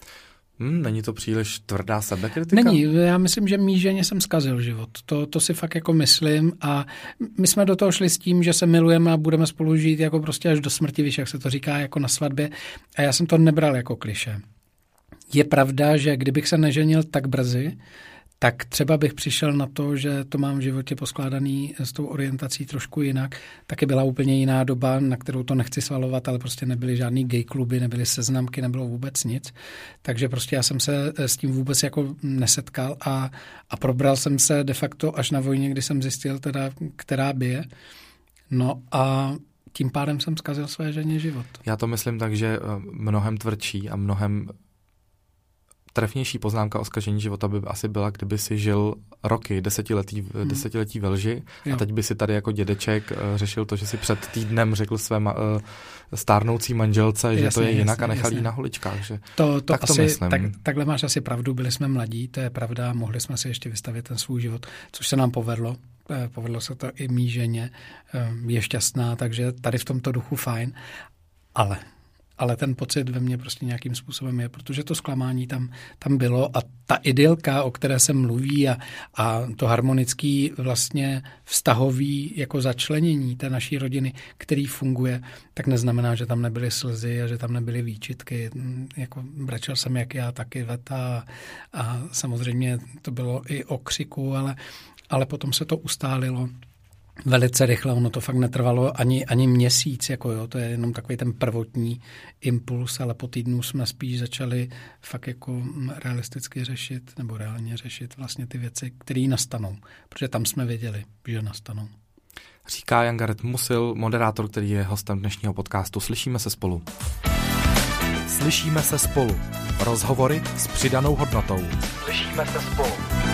Hmm, není to příliš tvrdá sebekritika? Není, já myslím, že mý ženě jsem zkazil život. To, to si fakt jako myslím a my jsme do toho šli s tím, že se milujeme a budeme spolu žít jako prostě až do smrti, víš, jak se to říká, jako na svatbě a já jsem to nebral jako klišé. Je pravda, že kdybych se neženil tak brzy, tak třeba bych přišel na to, že to mám v životě poskládaný s tou orientací trošku jinak. Taky byla úplně jiná doba, na kterou to nechci svalovat, ale prostě nebyly žádný gay kluby, nebyly seznamky, nebylo vůbec nic. Takže prostě já jsem se s tím vůbec jako nesetkal a, a probral jsem se de facto až na vojně, kdy jsem zjistil teda, která bije. No a tím pádem jsem zkazil své ženě život. Já to myslím tak, že mnohem tvrdší a mnohem trefnější poznámka o zkažení života by asi byla, kdyby si žil roky, desetiletí, hmm. desetiletí ve lži jo. A teď by si tady jako dědeček řešil to, že si před týdnem řekl své ma, stárnoucí manželce, jasně, že to je jinak jasně, a nechal jí na holičkách. Že? To, to tak to asi, myslím. Tak, takhle máš asi pravdu, byli jsme mladí, to je pravda, mohli jsme si ještě vystavit ten svůj život, což se nám povedlo. Povedlo se to i mý ženě, je šťastná, takže tady v tomto duchu fajn, ale... Ale ten pocit ve mně prostě nějakým způsobem je, protože to zklamání tam, tam bylo a ta idylka, o které se mluví a, a to harmonický vlastně vztahový jako začlenění té naší rodiny, který funguje, tak neznamená, že tam nebyly slzy a že tam nebyly výčitky. Jako brečel jsem jak já, taky Veta a samozřejmě to bylo i o křiku, ale, ale potom se to ustálilo. Velice rychle, ono to fakt netrvalo ani, ani měsíc, jako jo, to je jenom takový ten prvotní impuls, ale po týdnu jsme spíš začali fakt jako realisticky řešit, nebo reálně řešit vlastně ty věci, které nastanou, protože tam jsme věděli, že nastanou. Říká Jan Garret Musil, moderátor, který je hostem dnešního podcastu. Slyšíme se spolu. Slyšíme se spolu. Rozhovory s přidanou hodnotou. Slyšíme se spolu.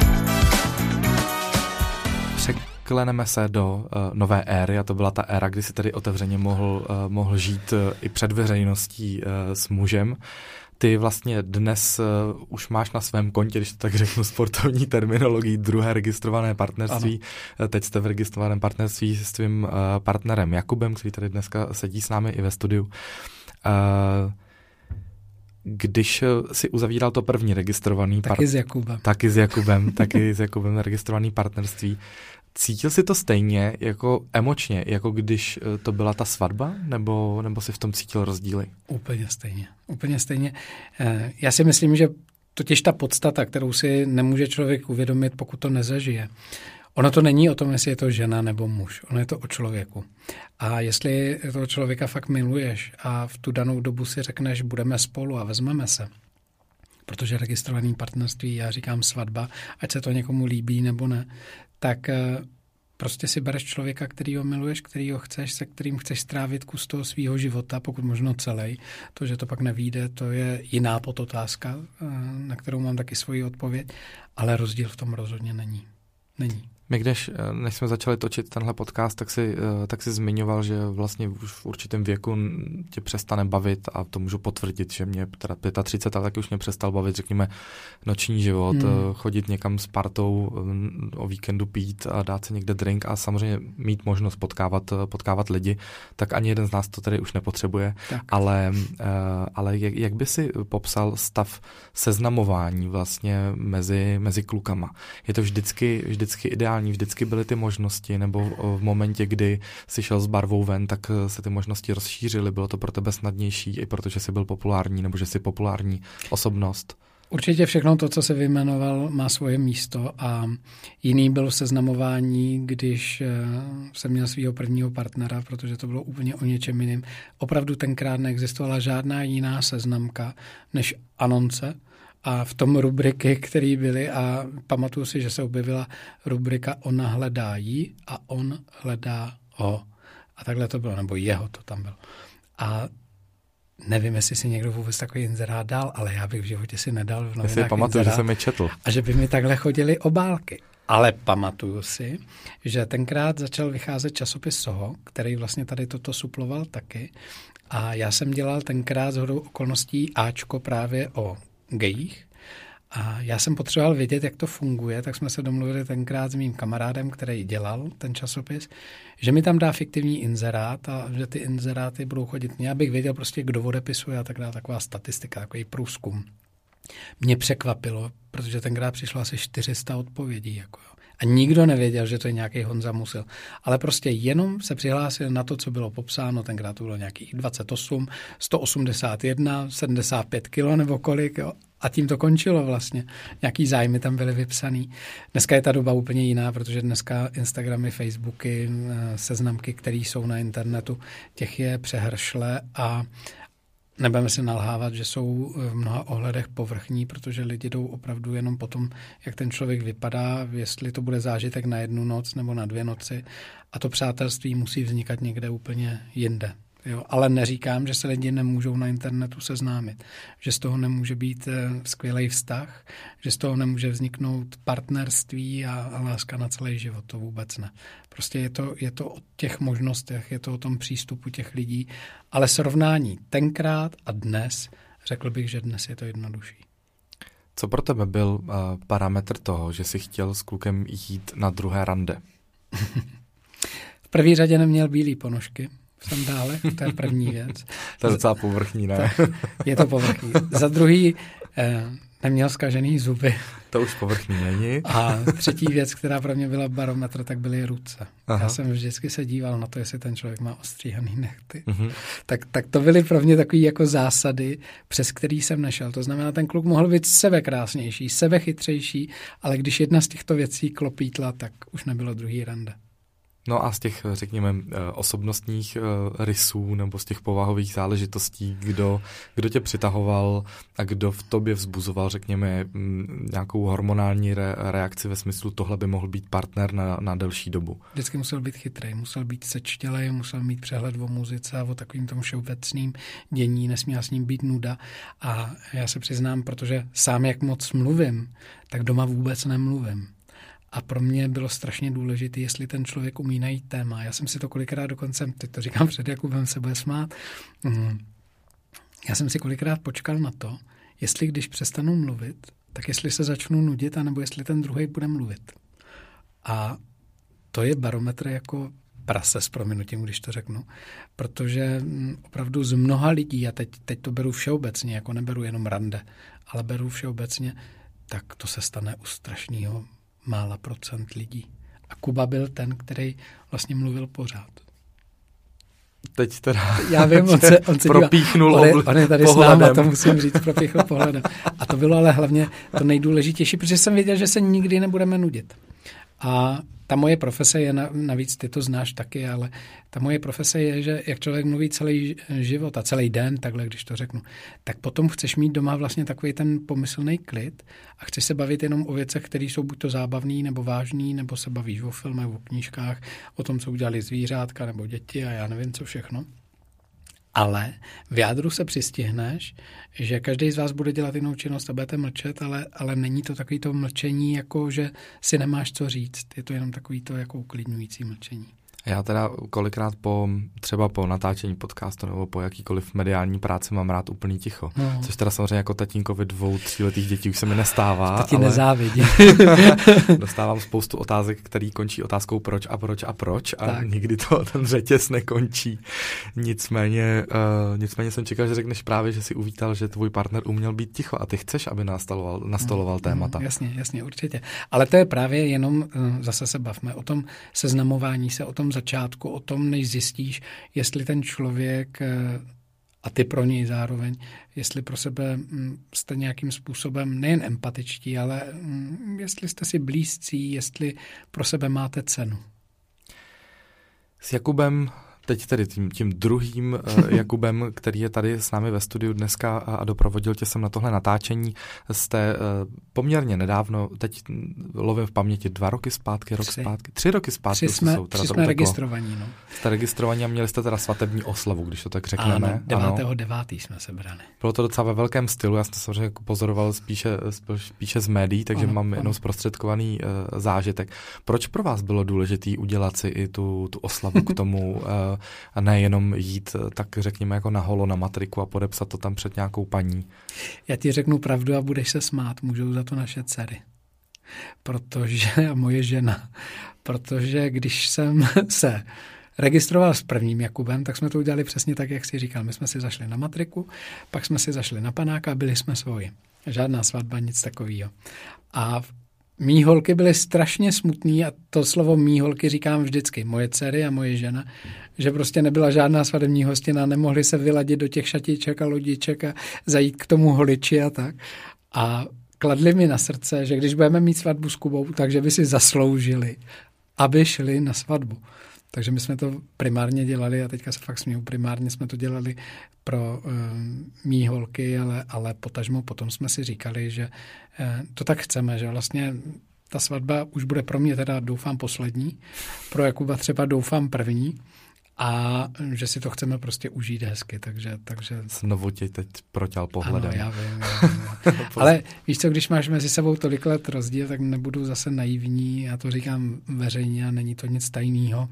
Kleneme se do uh, nové éry a to byla ta éra, kdy si tady otevřeně mohl, uh, mohl žít uh, i před veřejností uh, s mužem. Ty vlastně dnes uh, už máš na svém kontě, když to tak řeknu sportovní terminologií, druhé registrované partnerství. Ano. Teď jste v registrovaném partnerství s tvým uh, partnerem Jakubem, který tady dneska sedí s námi i ve studiu. Uh, Když si uzavíral to první registrovaný... Taky part... s Jakubem. Taky s Jakubem, taky s Jakubem registrovaný partnerství. Cítil jsi to stejně jako emočně, jako když to byla ta svatba, nebo, nebo jsi v tom cítil rozdíly? Úplně stejně, úplně stejně. Já si myslím, že totiž ta podstata, kterou si nemůže člověk uvědomit, pokud to nezažije. Ono to není o tom, jestli je to žena nebo muž. Ono je to o člověku. A jestli toho člověka fakt miluješ a v tu danou dobu si řekneš, budeme spolu a vezmeme se, protože registrovaný partnerství, já říkám svatba, ať se to někomu líbí nebo ne, tak prostě si bereš člověka, kterýho miluješ, kterýho chceš, se kterým chceš strávit kus toho svýho života, pokud možno celý. To, že to pak nevyjde, to je jiná podotázka, na kterou mám taky svoji odpověď, ale rozdíl v tom rozhodně není. Není. My když, než jsme začali točit tenhle podcast, tak si, tak si zmiňoval, že vlastně už v určitém věku tě přestane bavit a to můžu potvrdit, že mě teda třicet pět, ale taky už mě přestal bavit, řekněme, noční život, hmm. chodit někam s partou, o víkendu pít a dát si někde drink a samozřejmě mít možnost potkávat, potkávat lidi, tak ani jeden z nás to tady už nepotřebuje, tak. ale, ale jak, jak by si popsal stav seznamování vlastně mezi, mezi klukama? Je to vždycky, vždycky ideální? Vždycky byly ty možnosti, nebo v momentě, kdy jsi šel s barvou ven, tak se ty možnosti rozšířily, bylo to pro tebe snadnější, i protože jsi byl populární, nebo že jsi populární osobnost? Určitě všechno to, co se vyjmenoval, má svoje místo a jiný bylo seznamování, když jsem měl svého prvního partnera, protože to bylo úplně o něčem jiným. Opravdu tenkrát neexistovala žádná jiná seznamka než anonce, a v tom rubriky, které byly, a pamatuju si, že se objevila rubrika Ona hledá jí a on hledá ho. A takhle to bylo, nebo jeho to tam bylo. A nevím, jestli si někdo vůbec takový inzerát dal, ale já bych v životě si nedal v novinách Já si pamatuju, že jsem je četl. A že by mi takhle chodily obálky. Ale pamatuju si, že tenkrát začal vycházet časopis Soho, který vlastně tady toto suploval taky. A já jsem dělal tenkrát shodou okolností áčko právě o gejích a já jsem potřeboval vědět, jak to funguje, tak jsme se domluvili tenkrát s mým kamarádem, který dělal ten časopis, že mi tam dá fiktivní inzerát a že ty inzeráty budou chodit. Já bych věděl prostě, kdo odepisuje a tak dále, taková statistika, takový průzkum. Mě překvapilo, protože tenkrát přišlo asi čtyři sta odpovědí. Jako jo. A nikdo nevěděl, že to je nějaký Honza Musil. Ale prostě jenom se přihlásil na to, co bylo popsáno. Tenkrát to bylo nějakých dvacet osm, sto osmdesát jedna, sedmdesát pět kilo nebo kolik. Jo. A tím to končilo vlastně. Nějaký zájmy tam byly vypsaný. Dneska je ta doba úplně jiná, protože dneska Instagramy, Facebooky, seznamky, které jsou na internetu, těch je přehršle a nebudeme si nalhávat, že jsou v mnoha ohledech povrchní, protože lidi jdou opravdu jenom po tom, jak ten člověk vypadá, jestli to bude zážitek na jednu noc nebo na dvě noci. A to přátelství musí vznikat někde úplně jinde. Jo? Ale neříkám, že se lidi nemůžou na internetu seznámit, že z toho nemůže být skvělý vztah, že z toho nemůže vzniknout partnerství a, a láska na celý život. To vůbec ne. Prostě je to, je to o těch možnostech, je to o tom přístupu těch lidí, ale srovnání tenkrát a dnes, řekl bych, že dnes je to jednodušší. Co pro tebe byl uh, parametr toho, že jsi chtěl s klukem jít na druhé rande? V první řadě neměl bílý ponožky v sandálech, to je první věc. To je docela povrchní, ne? Je to povrchní. Za druhý eh, neměl zkažený zuby. To už povrchní není. A třetí věc, která pro mě byla barometr, tak byly ruce. Aha. Já jsem vždycky se díval na to, jestli ten člověk má ostříhaný nehty. Uh-huh. Tak, tak to byly pro mě takové jako zásady, přes který jsem nešel. To znamená, ten kluk mohl být sebekrásnější, sebechytřejší, ale když jedna z těchto věcí klopítla, tak už nebylo druhý rande. No a z těch, řekněme, osobnostních rysů nebo z těch povahových záležitostí, kdo, kdo tě přitahoval a kdo v tobě vzbuzoval, řekněme, nějakou hormonální re- reakci ve smyslu, tohle by mohl být partner na, na delší dobu? Vždycky musel být chytrý, musel být sečtělej, musel mít přehled o muzice a o takovým tomu všeobecným dění, nesměla s ním být nuda. A já se přiznám, protože sám jak moc mluvím, tak doma vůbec nemluvím. A pro mě bylo strašně důležité, jestli ten člověk umí najít téma. Já jsem si to kolikrát dokonce, teď to říkám před Jakubem, se bude smát, já jsem si kolikrát počkal na to, jestli když přestanu mluvit, tak jestli se začnu nudit, anebo jestli ten druhej bude mluvit. A to je barometr jako prase s prominutím, když to řeknu, protože opravdu z mnoha lidí, a teď, teď to beru všeobecně, jako neberu jenom rande, ale beru všeobecně, tak to se stane u strašného mála procent lidí. A Kuba byl ten, který vlastně mluvil pořád. Teď teda já vím, on se, on se propíchnul on, je, on je tady pohledem. S náma, to musím říct, propíchnul pohledem. A to bylo ale hlavně to nejdůležitější, protože jsem věděl, že se nikdy nebudeme nudit. A ta moje profese je, navíc ty to znáš taky, ale ta moje profese je, že jak člověk mluví celý život a celý den, takhle, když to řeknu, tak potom chceš mít doma vlastně takový ten pomyslný klid a chceš se bavit jenom o věcech, které jsou buď to zábavný, nebo vážný, nebo se bavíš o filmech, o knížkách, o tom, co udělali zvířátka nebo děti a já nevím, co všechno. Ale v jádru se přistihneš, že každý z vás bude dělat jinou činnost a budete mlčet, ale, ale není to takový to mlčení, jako že si nemáš co říct. Je to jenom takový to jako uklidňující mlčení. Já teda kolikrát po, třeba po natáčení podcastu nebo po jakýkoliv mediální práci mám rád úplný ticho. No. Což teda samozřejmě jako tatínkovi dvou, tříletých dětí už se mi nestává. To ti ale nezávidí. Dostávám spoustu otázek, který končí otázkou proč a proč a proč a tak. Nikdy to ten řetěz nekončí. Nicméně, uh, nicméně jsem čekal, že řekneš právě, že si uvítal, že tvůj partner uměl být ticho a ty chceš, aby nastoloval, nastoloval no, témata. No, jasně, jasně, určitě. Ale to je právě jenom, zase se bavme o tom seznamování se, o tom začátku, o tom, než zjistíš, jestli ten člověk a ty pro něj zároveň, jestli pro sebe jste nějakým způsobem nejen empatičtí, ale jestli jste si blízcí, jestli pro sebe máte cenu. S Jakubem, teď tedy tím, tím druhým uh, Jakubem, který je tady s námi ve studiu dneska a, a doprovodil tě sem na tohle natáčení, jste uh, poměrně nedávno, teď lovím v paměti dva roky zpátky, rok tři. zpátky, tři roky zpátky. Tři jsme, jsou, tři jsme registrovaní. No. Jste registrovaní a měli jste teda svatební oslavu, když to tak řekneme. Ano, devátého devátého jsme se brali. Bylo to docela ve velkém stylu, já jsem samozřejmě pozoroval spíše, spíše z médií, takže ano, mám ano. jenom zprostředkovaný uh, zážitek. Proč pro vás bylo důležité udělat si i tu, tu oslavu k tomu, uh, a ne jenom jít, tak řekněme, jako na holo na matriku a podepsat to tam před nějakou paní? Já ti řeknu pravdu a budeš se smát, můžou za to naše dcery. Protože, a moje žena, protože když jsem se registroval s prvním Jakubem, tak jsme to udělali přesně tak, jak jsi říkal. My jsme si zašli na matriku, pak jsme si zašli na panáka a byli jsme svoji. Žádná svatba, nic takového. A mý holky byly strašně smutný a to slovo mý holky říkám vždycky, moje dcery a moje žena, že prostě nebyla žádná svadební hostina, nemohli se vyladit do těch šatiček a lodiček a zajít k tomu holiči a tak. A kladli mi na srdce, že když budeme mít svatbu s Kubou, takže by si zasloužili, aby šli na svatbu. Takže my jsme to primárně dělali a teďka se fakt směju, primárně jsme to dělali pro um, mý holky, ale, ale potažmo potom jsme si říkali, že uh, to tak chceme, že vlastně ta svatba už bude pro mě teda doufám poslední, pro Jakuba třeba doufám první a že si to chceme prostě užít hezky, takže... takže... Znovu tě teď proťal pohledem. Ano, já vím. Já vím. Ale víš co, když máš mezi sebou tolik let rozdíl, tak nebudu zase naivní, já to říkám veřejně a není to nic tajného.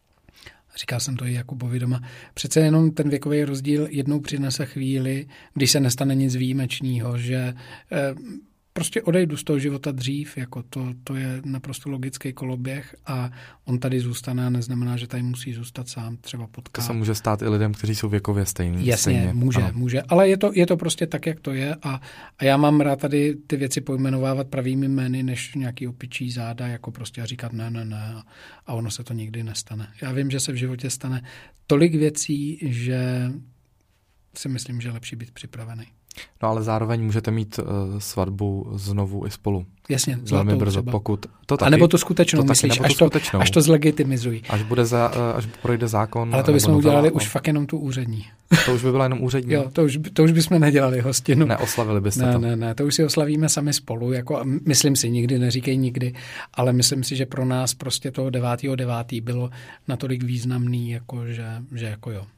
Říkal jsem to i Jakubovi doma. Přece jenom ten věkový rozdíl jednou přinese chvíli, když se nestane nic výjimečného, že eh, prostě odejdu z toho života dřív, jako to, to je naprosto logický koloběh a on tady zůstane a neznamená, že tady musí zůstat sám, třeba potká. To se může stát i lidem, kteří jsou věkově stejní. Jasně, stejně. může, ano. může, ale je to, je to prostě tak, jak to je a, a já mám rád tady ty věci pojmenovávat pravými jmény, než nějaký opičí záda, jako prostě a říkat ne, ne, ne a ono se to nikdy nestane. Já vím, že se v životě stane tolik věcí, že si myslím, že je lepší být připravený. No ale zároveň můžete mít uh, svatbu znovu i spolu. Jasně, velmi brzo, třeba. Pokud to taky, a nebo tu skutečnou, to myslíš, taky, až, to to, až to zlegitimizují. Až, bude za, uh, až projde zákon. Ale to bychom udělali už fakt jenom tu úřední. To už by byla jenom úřední? Jo, to už, to už bychom nedělali hostinu. Neoslavili byste ne, to? Ne, ne, to už si oslavíme sami spolu. Jako, myslím si, nikdy neříkej nikdy, ale myslím si, že pro nás prostě toho devátého devátého bylo natolik významný, jako, že, že jako jo.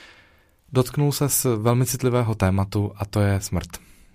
Dotknul se z velmi citlivého tématu a to je smrt.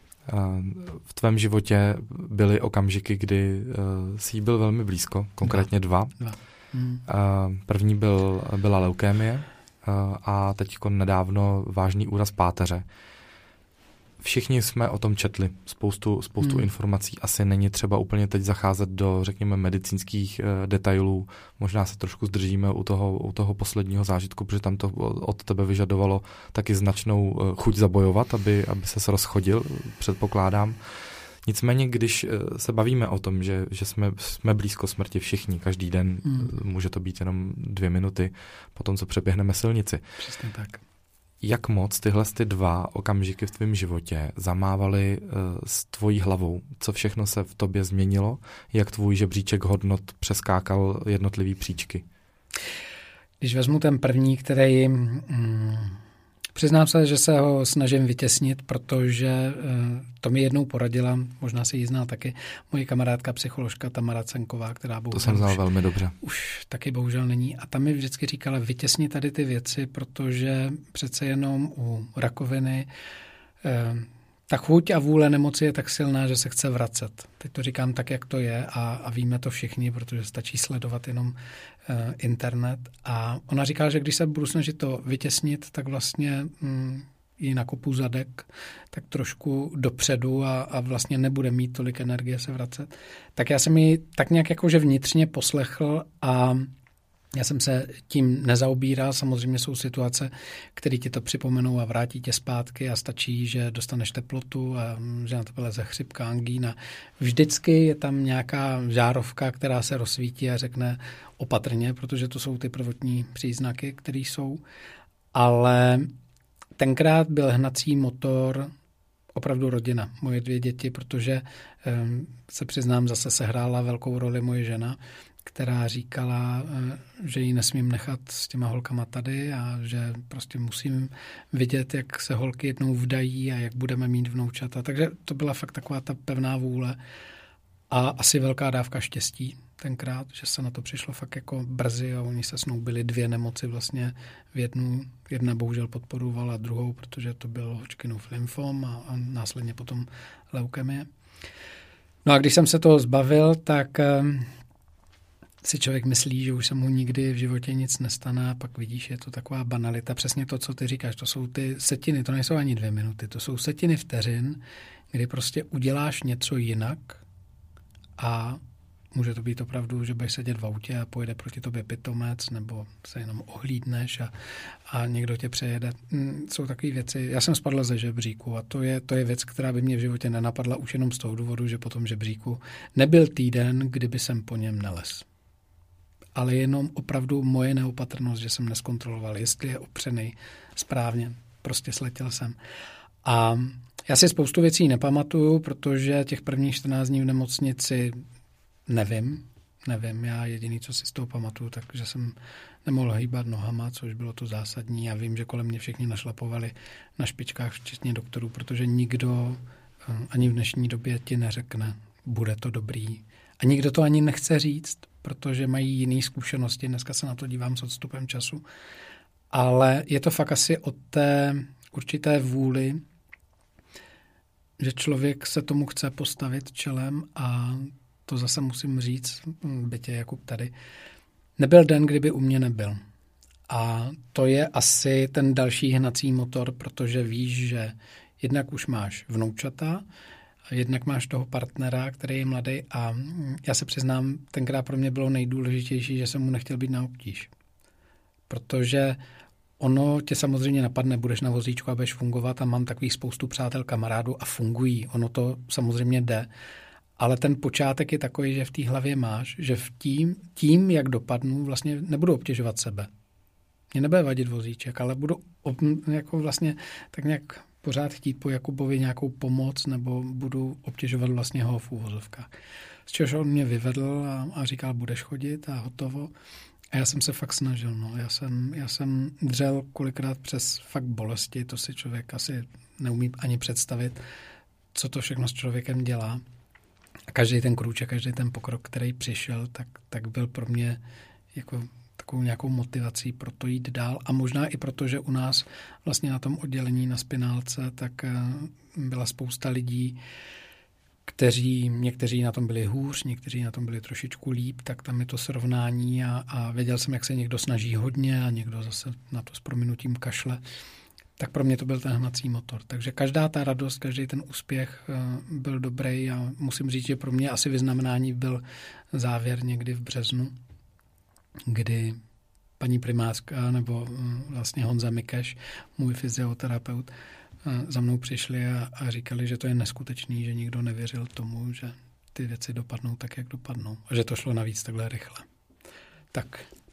V tvém životě byly okamžiky, kdy jsi byl velmi blízko, konkrétně dva. dva. Hmm. První byl, byla leukémie a teď nedávno vážný úraz páteře. Všichni jsme o tom četli, spoustu, spoustu hmm. informací. Asi není třeba úplně teď zacházet do, řekněme, medicínských e, detailů. Možná se trošku zdržíme u toho, u toho posledního zážitku, protože tam to od tebe vyžadovalo taky značnou e, chuť zabojovat, aby, aby ses rozchodil, předpokládám. Nicméně, když se bavíme o tom, že, že jsme, jsme blízko smrti všichni, každý den, hmm. může to být jenom dvě minuty po tom, co přeběhneme silnici. Přesně tak. Jak moc tyhle ty dva okamžiky v tvém životě zamávaly uh, s tvojí hlavou? Co všechno se v tobě změnilo? Jak tvůj žebříček hodnot přeskákal jednotlivý příčky? Když vezmu ten první, který... Mm, přiznám se, že se ho snažím vytěsnit, protože to mi jednou poradila, možná si ji znal taky, moje kamarádka psycholožka Tamara Cenková, která bohužel to jsem znal velmi dobře. Už taky bohužel není. A tam mi vždycky říkala, vytěsni tady ty věci, protože přece jenom u rakoviny ta chuť a vůle nemoci je tak silná, že se chce vracet. Teď to říkám tak, jak to je a, a víme to všichni, protože stačí sledovat jenom uh, internet. A ona říkala, že když se budu snažit to vytěsnit, tak vlastně mm, ji nakopu zadek tak trošku dopředu a, a vlastně nebude mít tolik energie se vracet. Tak já jsem ji tak nějak jakože vnitřně poslechl a já jsem se tím nezaobíral. Samozřejmě jsou situace, které ti to připomenou a vrátí tě zpátky a stačí, že dostaneš teplotu a že na tebe leze chřipka, angína. Vždycky je tam nějaká žárovka, která se rozsvítí a řekne opatrně, protože to jsou ty prvotní příznaky, které jsou. Ale tenkrát byl hnací motor opravdu rodina, moje dvě děti, protože se přiznám, zase sehrála velkou roli moje žena, která říkala, že ji nesmím nechat s těma holkama tady a že prostě musím vidět, jak se holky jednou vdají a jak budeme mít vnoučata. Takže to byla fakt taková ta pevná vůle a asi velká dávka štěstí tenkrát, že se na to přišlo fakt jako brzy a oni se snoubili dvě nemoci vlastně v jednu. Jedna bohužel podporovala druhou, protože to byl Hodgkinův lymfom a, a následně potom leukemie. No a když jsem se toho zbavil, tak si člověk myslí, že už se mu nikdy v životě nic nestane a pak vidíš, je to taková banalita. Přesně to, co ty říkáš, to jsou ty setiny, to nejsou ani dvě minuty, to jsou setiny vteřin, kdy prostě uděláš něco jinak a může to být opravdu, že budeš sedět v autě a pojede proti tobě pitomec nebo se jenom ohlídneš a, a někdo tě přejede. Jsou takové věci. Já jsem spadl ze žebříku a to je, to je věc, která by mě v životě nenapadla už jenom z toho důvodu, že po tom žebříku nebyl týden, kdyby jsem po něm nelez. Ale jenom opravdu moje neopatrnost, že jsem neskontroloval, jestli je opřený správně. Prostě sletěl jsem. A já si spoustu věcí nepamatuju, protože těch prvních čtrnáct dní v nemocnici nevím. Nevím, já jediný, co si z toho pamatuju, takže jsem nemohl hýbat nohama, což bylo to zásadní. Já vím, že kolem mě všichni našlapovali na špičkách, včetně doktorů, protože nikdo ani v dnešní době ti neřekne, bude to dobrý. A nikdo to ani nechce říct, protože mají jiné zkušenosti. Dneska se na to dívám s odstupem času. Ale je to fakt asi o té určité vůli, že člověk se tomu chce postavit čelem a to zase musím říct, bytě Jakub tady, nebyl den, kdyby u mě nebyl. A to je asi ten další hnací motor, protože víš, že jednak už máš vnoučata, jednak máš toho partnera, který je mladý a já se přiznám, tenkrát pro mě bylo nejdůležitější, že jsem mu nechtěl být na obtíž. Protože ono tě samozřejmě napadne, budeš na vozíčku a budeš fungovat a mám takových spoustu přátel, kamarádů a fungují. Ono to samozřejmě jde, ale ten počátek je takový, že v té hlavě máš, že v tím, tím, jak dopadnu, vlastně nebudu obtěžovat sebe. Mě nebude vadit vozíček, ale budu ob, jako vlastně tak nějak pořád chtít po Jakubovi nějakou pomoc nebo budu obtěžovat vlastně ho v úvozovkách. Z čehož on mě vyvedl a, a říkal, budeš chodit a hotovo. A já jsem se fakt snažil. No. Já, jsem, já jsem dřel kolikrát přes fakt bolesti, to si člověk asi neumí ani představit, co to všechno s člověkem dělá. A každý ten krůček, každý ten pokrok, který přišel, tak, tak byl pro mě jako takovou nějakou motivací pro to jít dál a možná i proto, že u nás vlastně na tom oddělení na spinálce tak byla spousta lidí, kteří, někteří na tom byli hůř, někteří na tom byli trošičku líp, tak tam je to srovnání a, a věděl jsem, jak se někdo snaží hodně a někdo zase na to s prominutím kašle. Tak pro mě to byl ten hnací motor. Takže každá ta radost, každý ten úspěch byl dobrý a musím říct, že pro mě asi vyznamenání byl závěr někdy v březnu, kdy paní primářka nebo vlastně Honza Mikeš, můj fyzioterapeut, za mnou přišli a, a říkali, že to je neskutečný, že nikdo nevěřil tomu, že ty věci dopadnou tak, jak dopadnou. A že to šlo navíc takhle rychle. Tak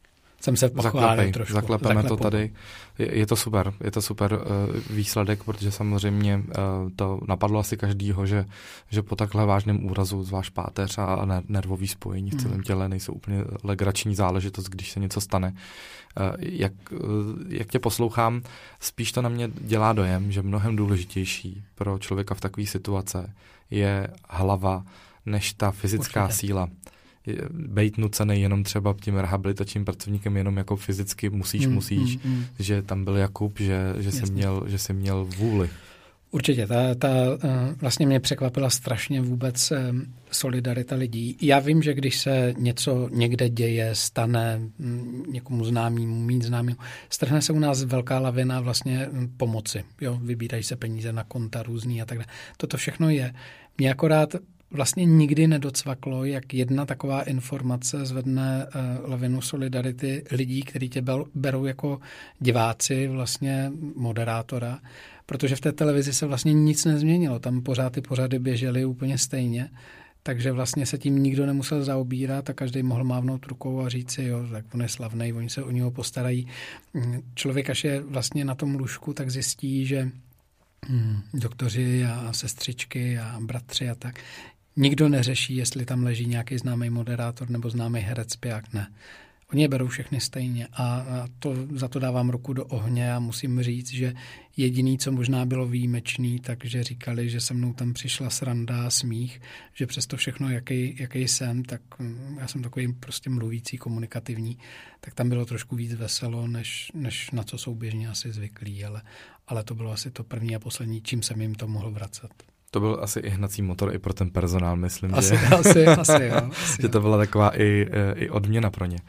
jsem se pochválil trošku. Zaklepeme Zaklepu. to tady. Je, je to super, je to super uh, výsledek, protože samozřejmě uh, to napadlo asi každýho, že, že po takhle vážném úrazu, zvlášť páteř a ne, nervový spojení v celém těle nejsou úplně legrační záležitost, když se něco stane. Uh, jak, uh, jak tě poslouchám, spíš to na mě dělá dojem, že mnohem důležitější pro člověka v takové situace je hlava, než ta fyzická Určitě. síla. Bejt nucený jenom třeba tím rehabilitačním pracovníkem, jenom jako fyzicky musíš, mm, musíš, mm, mm. že tam byl Jakub, že, že, jsi měl, že jsi měl vůli. Určitě, ta, ta vlastně mě překvapila strašně vůbec solidarita lidí. Já vím, že když se něco někde děje, stane někomu známému, mít známému, strhne se u nás velká lavina vlastně pomoci. Jo, vybírají se peníze na konta různý a tak dále. Toto všechno je. Mě akorát vlastně nikdy nedocvaklo, jak jedna taková informace zvedne uh, lavinu solidarity lidí, kteří tě berou jako diváci, vlastně moderátora, protože v té televizi se vlastně nic nezměnilo. Tam pořád ty pořady běžely úplně stejně, takže vlastně se tím nikdo nemusel zaobírat a každý mohl mávnout rukou a říct si, jo, tak on je slavnej, oni se o něho postarají. Člověk, až je vlastně na tom lůžku, tak zjistí, že hmm, doktoři a sestřičky a bratři a tak, nikdo neřeší, jestli tam leží nějaký známý moderátor nebo známý herec, zpěvák, ne. Oni je berou všechny stejně a to, za to dávám ruku do ohně a musím říct, že jediný, co možná bylo výjimečný, takže říkali, že se mnou tam přišla sranda a smích, že přesto všechno, jaký, jaký jsem, tak já jsem takový prostě mluvící, komunikativní, tak tam bylo trošku víc veselo, než, než na co jsou běžně asi zvyklí, ale, ale to bylo asi to první a poslední, čím jsem jim to mohl vracet. To byl asi i hnací motor i pro ten personál, myslím, asi, že, asi, asi, jo, asi, že to byla taková i, i odměna pro ně.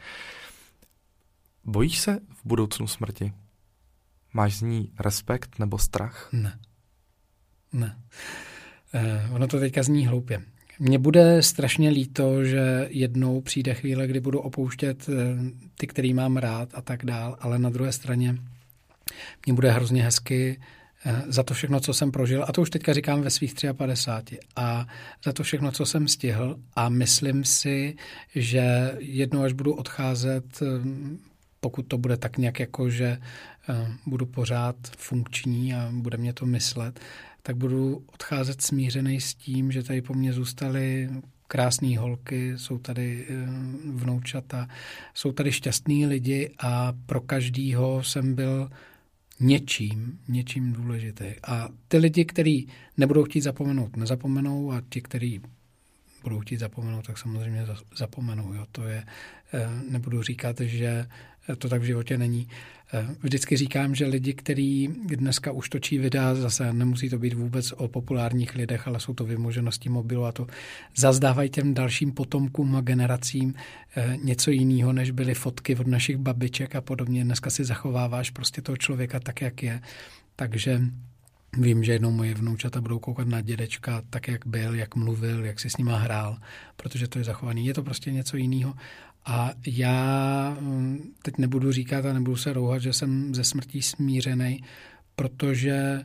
Bojíš se v budoucnu smrti? Máš z ní respekt nebo strach? Ne. Ne. Eh, ono to teďka zní hloupě. Mně bude strašně líto, že jednou přijde chvíle, kdy budu opouštět ty, který mám rád a tak dál, ale na druhé straně mně bude hrozně hezky za to všechno, co jsem prožil, a to už teďka říkám ve svých padesáti tři, a za to všechno, co jsem stihl, a myslím si, že jednou, až budu odcházet, pokud to bude tak nějak jako, že budu pořád funkční a bude mě to myslet, tak budu odcházet smířený s tím, že tady po mně zůstaly krásné holky, jsou tady vnoučata, jsou tady šťastní lidi a pro každýho jsem byl něčím, něčím důležitý. A ty lidi, kteří nebudou chtít zapomenout, nezapomenou, a ti, kteří budou chtít zapomenout, tak samozřejmě zapomenou. Jo. To je, nebudu říkat, že to tak v životě není. Vždycky říkám, že lidi, kteří dneska už točí videa, zase nemusí to být vůbec o populárních lidech, ale jsou to vymoženosti mobilu, a to zazdávají těm dalším potomkům a generacím něco jiného, než byly fotky od našich babiček a podobně. Dneska si zachováváš prostě toho člověka tak, jak je. Takže vím, že jednou moje vnoučata budou koukat na dědečka tak, jak byl, jak mluvil, jak si s nima hrál, protože to je zachovaný. Je to prostě něco jiného. A já teď nebudu říkat a nebudu se rouhat, že jsem ze smrtí smířený, protože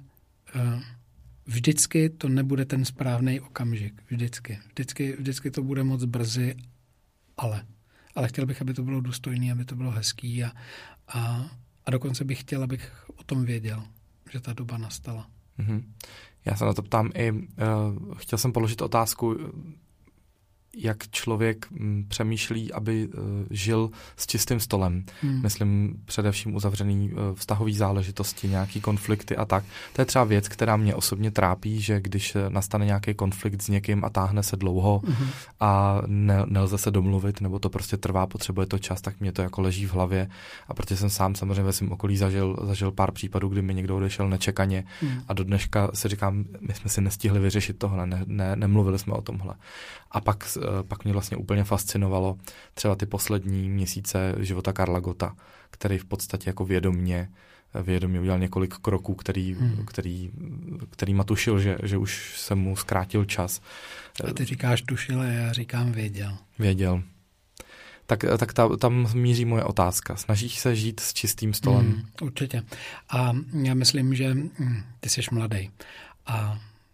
vždycky to nebude ten správný okamžik. Vždycky. Vždycky, vždycky to bude moc brzy, ale. Ale chtěl bych, aby to bylo důstojné, aby to bylo hezký a, a, a dokonce bych chtěl, abych o tom věděl, že ta doba nastala. Mm-hmm. Já se na to ptám i, uh, chtěl jsem položit otázku, jak člověk m, přemýšlí, aby uh, žil s čistým stolem. Hmm. Myslím především uzavřený uh, vztahový záležitosti, nějaký konflikty a tak. To je třeba věc, která mě osobně trápí, že když nastane nějaký konflikt s někým a táhne se dlouho hmm. a ne, nelze se domluvit, nebo to prostě trvá, potřebuje to čas, tak mě to jako leží v hlavě. A protože jsem sám samozřejmě ve svém okolí zažil, zažil pár případů, kdy mi někdo odešel nečekaně hmm. a do dneška si říkám, my jsme si nestihli vyřešit tohle, ne, ne, nemluvili jsme o tomhle. A pak pak mě vlastně úplně fascinovalo třeba ty poslední měsíce života Karla Gotta, který v podstatě jako vědomně, vědomně udělal několik kroků, který, hmm. který, který ma tušil, že, že už se mu zkrátil čas. A ty říkáš tušil a já říkám věděl. Věděl. Tak, tak ta, tam míří moje otázka. Snažíš se žít s čistým stolem? Hmm, určitě. A já myslím, že ty jsi mladý a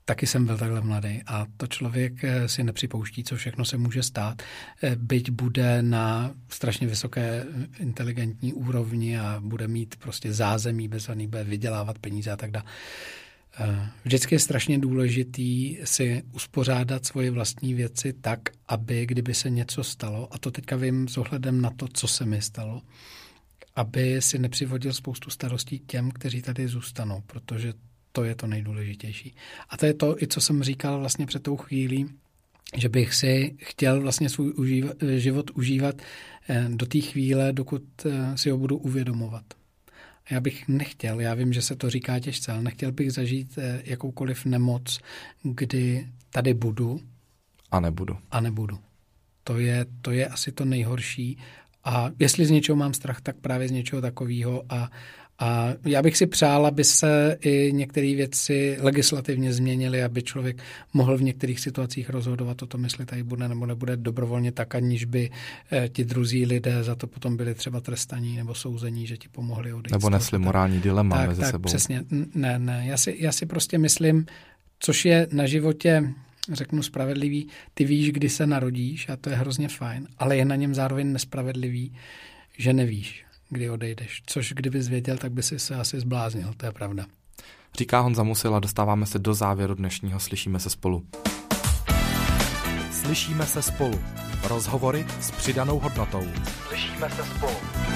taky jsem byl takhle mladý a to člověk si nepřipouští, co všechno se může stát, byť bude na strašně vysoké inteligentní úrovni a bude mít prostě zázemí bezvadný, bude vydělávat peníze a tak dále. Vždycky je strašně důležitý si uspořádat svoje vlastní věci tak, aby kdyby se něco stalo, a to teďka vím s ohledem na to, co se mi stalo, aby si nepřivodil spoustu starostí těm, kteří tady zůstanou, protože to je to nejdůležitější. A to je to, i co jsem říkal vlastně před tou chvílí, že bych si chtěl vlastně svůj užíva, život užívat do té chvíle, dokud si ho budu uvědomovat. Já bych nechtěl, já vím, že se to říká těžce, ale nechtěl bych zažít jakoukoliv nemoc, kdy tady budu. A nebudu. A nebudu. To je, to je asi to nejhorší. A jestli z něčeho mám strach, tak právě z něčeho takového. A, a já bych si přál, aby se i některé věci legislativně změnily, aby člověk mohl v některých situacích rozhodovat o tom, jestli tady bude nebo nebude dobrovolně tak, aniž by ti druzí lidé za to potom byli třeba trestaní nebo souzení, že ti pomohli odejít. Nebo nesli morální dilema tak, mezi tak, sebou. Přesně. Ne, ne. Já si, já si prostě myslím, což je na životě, řeknu spravedlivý, ty víš, kdy se narodíš a to je hrozně fajn, ale je na něm zároveň nespravedlivý, že nevíš, kdy odejdeš. Což kdybys věděl, tak by si se asi zbláznil, to je pravda. Říká Honza Musil a dostáváme se do závěru dnešního Slyšíme se spolu. Slyšíme se spolu. Rozhovory s přidanou hodnotou. Slyšíme se spolu.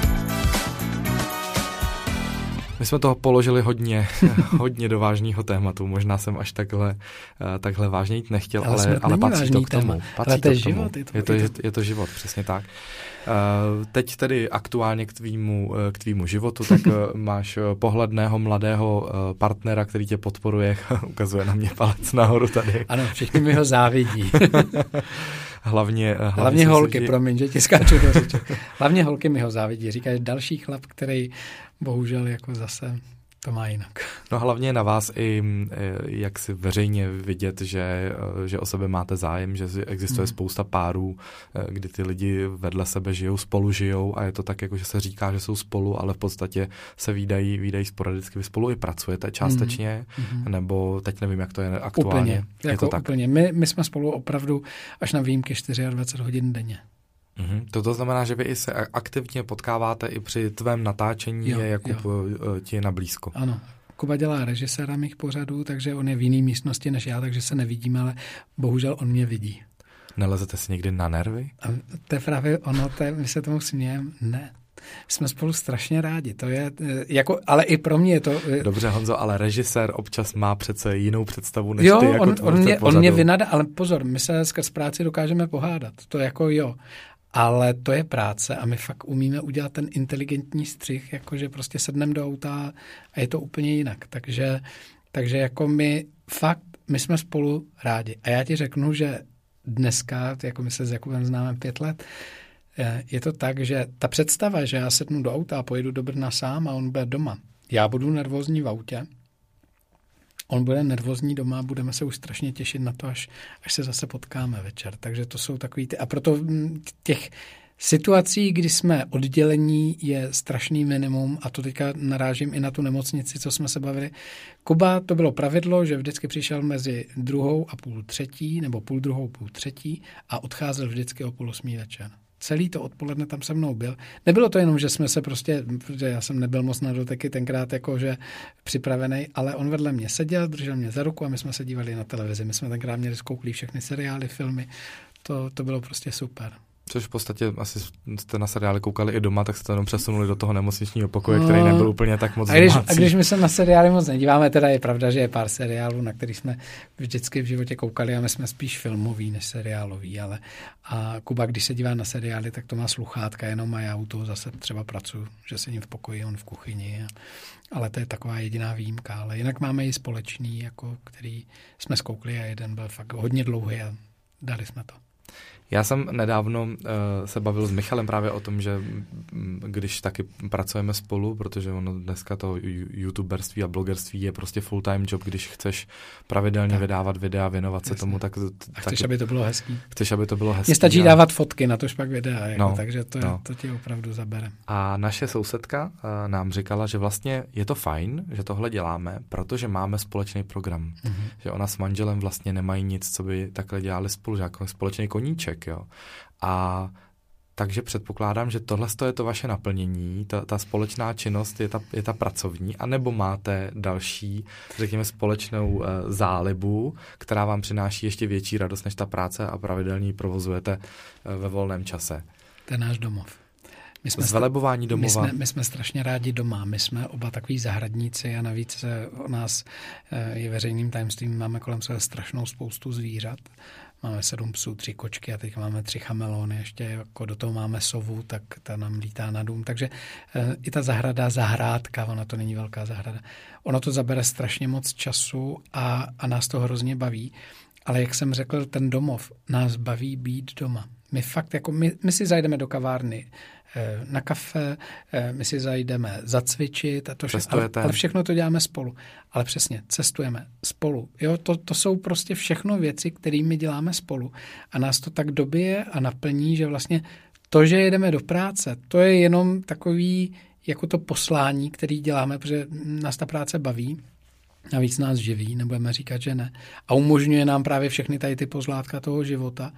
My jsme toho položili hodně, hodně do vážného tématu. Možná jsem až takhle, takhle vážně jít nechtěl, ale, ale, ale patří to k tomu. Patří ale to je to k tomu. život. Je to, je, to, je, to, je to život, přesně tak. Teď tedy aktuálně k tvýmu, k tvýmu životu, tak máš pohledného mladého partnera, který tě podporuje, ukazuje na mě palec nahoru tady. Ano, všichni mi ho závidí. Hlavně, hlavně, hlavně holky, si... promiň, že ti skáču do řeči. Hlavně holky mi ho závidí. Říkáš další chlap, který bohužel jako zase to má jinak. No hlavně na vás i jak si veřejně vidět, že, že o sebe máte zájem, že existuje hmm. spousta párů, kdy ty lidi vedle sebe žijou, spolu žijou a je to tak, jako že se říká, že jsou spolu, ale v podstatě se vídají, vídají sporadicky. Vy spolu i pracujete částečně, hmm. nebo teď nevím, jak to je aktuálně. Úplně, je jako to tak? úplně. My, my jsme spolu opravdu až na výjimky dvacet čtyři hodin denně. Mm-hmm. To, to znamená, že vy i se aktivně potkáváte i při tvém natáčení, jo, je Jakub jo. ti na blízko. Ano. Kuba dělá režiséra mých pořadů, takže on je v jiné místnosti než já, takže se nevidíme, ale bohužel on mě vidí. Nelezete si někdy na nervy? A to je právě ono, to je, my se tomu smějeme. Ne. Jsme spolu strašně rádi, to je, jako, ale i pro mě je to... Dobře, Honzo, ale režisér občas má přece jinou představu než jo, ty jako on, on, mě, on mě vynadá, ale pozor, my se skrz práci dokážeme pohádat, to jako jo. Ale to je práce a my fakt umíme udělat ten inteligentní střih, jakože prostě sedneme do auta a je to úplně jinak. Takže, takže jako my fakt, my jsme spolu rádi. A já ti řeknu, že dneska, jako my se s Jakubem známe pět let, je to tak, že ta představa, že já sednu do auta a pojedu do Brna sám a on bude doma. Já budu nervózní v autě, on bude nervózní doma, budeme se už strašně těšit na to, až, až se zase potkáme večer. Takže to jsou takový ty... A proto těch situací, kdy jsme oddělení, je strašný minimum a to teďka narážím i na tu nemocnici, co jsme se bavili. Kuba, to bylo pravidlo, že vždycky přišel mezi druhou a půl třetí, nebo půl druhou, půl třetí a odcházel vždycky o půl osmí večer. Celý to odpoledne tam se mnou byl. Nebylo to jenom, že jsme se prostě, protože já jsem nebyl moc na doteky tenkrát jakože připravený, ale on vedle mě seděl, držel mě za ruku a my jsme se dívali na televizi. My jsme tenkrát měli zkouklí všechny seriály, filmy. To, to bylo prostě super. Což v podstatě asi jste na seriály koukali i doma, tak jste jenom přesunuli do toho nemocničního pokoje, no, který nebyl úplně tak moc a když, a když my se na seriály moc nedíváme, teda je pravda, že je pár seriálů, na který jsme vždycky v životě koukali a my jsme spíš filmoví než seriáloví, ale a Kuba, když se dívá na seriály, tak to má sluchátka jenom a já u toho zase třeba pracuji, že sedím v pokoji, on v kuchyni, a, ale to je taková jediná výjimka, ale jinak máme i společný, jako který jsme zkoukli a jeden byl fakt hodně dlouhý a dali jsme to. Já jsem nedávno uh, se bavil s Michalem právě o tom, že m, když taky pracujeme spolu, protože ono dneska to youtuberství a blogerství je prostě full-time job, když chceš pravidelně tak. vydávat videa, věnovat se Jasně. tomu, tak... A chceš, taky, aby to bylo hezký. Chceš, aby to bylo hezký. Mně stačí a... dávat fotky, na tož pak videa, jako, no, takže to, no. to ti opravdu zabere. A naše sousedka uh, nám říkala, že vlastně je to fajn, že tohle děláme, protože máme společný program. Mm-hmm. Že ona s manželem vlastně nemají nic, co by takhle dělali spolu, že jako společný koníček. Jo. A takže předpokládám, že tohle je to vaše naplnění, ta, ta společná činnost je ta, je ta pracovní, anebo máte další, řekněme, společnou e, zálibu, která vám přináší ještě větší radost než ta práce a pravidelně provozujete e, ve volném čase. To je náš domov. My jsme Zvelebování domova. My jsme, my jsme strašně rádi doma. My jsme oba takový zahradníci a navíc o nás je veřejným tajemstvím. Máme kolem sebe strašnou spoustu zvířat. Máme sedm psů, tři kočky a teď máme tři chamelony. Ještě jako do toho máme sovu, tak ta nám lítá na dům. Takže e, i ta zahrada, zahrádka, ona to není velká zahrada. Ono to zabere strašně moc času a, a nás to hrozně baví. Ale jak jsem řekl, ten domov nás baví být doma. My fakt, jako my, my si zajdeme do kavárny na kafe, my si zajdeme zacvičit, a to vše, ale, ale všechno to děláme spolu. Ale přesně, cestujeme spolu. Jo, to, to jsou prostě všechno věci, které my děláme spolu. A nás to tak dobije a naplní, že vlastně to, že jedeme do práce, to je jenom takový jako to poslání, který děláme, protože nás ta práce baví. Navíc nás živí, nebudeme říkat, že ne. A umožňuje nám právě všechny tady ty pozlátka toho života,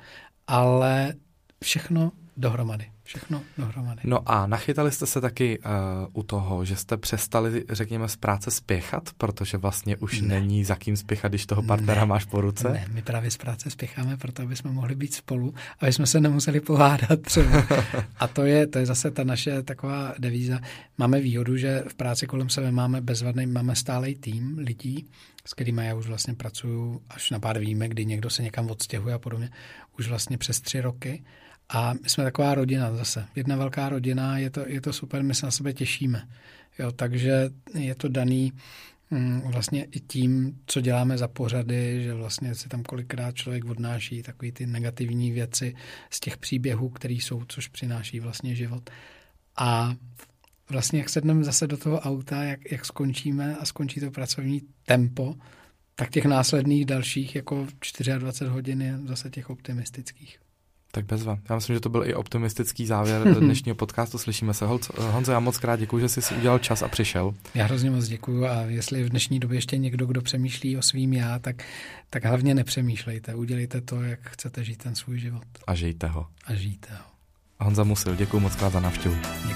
ale všechno dohromady. Všechno dohromady. No a nachytali jste se taky uh, u toho, že jste přestali, řekněme, z práce spěchat, protože vlastně už ne. není za kým spěchat, když toho partnera ne. máš po ruce? Ne, my právě z práce spěcháme, proto aby jsme mohli být spolu, aby jsme se nemuseli pohádat třeba. A to je, to je zase ta naše taková devíza. Máme výhodu, že v práci kolem sebe máme bezvadný, máme stálej tým lidí, s kterými já už vlastně pracuju až na pár výjimek, kdy někdo se někam odstěhuje a podobně, už vlastně přes tři roky. A my jsme taková rodina zase. Jedna velká rodina, je to, je to super, my se na sebe těšíme. Jo, takže je to daný mm, vlastně i tím, co děláme za pořady, že vlastně se tam kolikrát člověk odnáší takový ty negativní věci z těch příběhů, které jsou, což přináší vlastně život. A vlastně jak sedneme zase do toho auta, jak, jak skončíme a skončí to pracovní tempo, tak těch následných dalších jako dvacet čtyři hodin je zase těch optimistických. Tak bezva. Já myslím, že to byl i optimistický závěr dnešního podcastu. Slyšíme se. Honzo, já moc krát děkuji, že jsi si udělal čas a přišel. Já hrozně moc děkuji a jestli v dnešní době ještě někdo, kdo přemýšlí o svým já, tak, tak hlavně nepřemýšlejte. Udělejte to, jak chcete žít ten svůj život. A žijte ho. A žijte ho. Honza Musil, děkuji moc krát za návštěvu.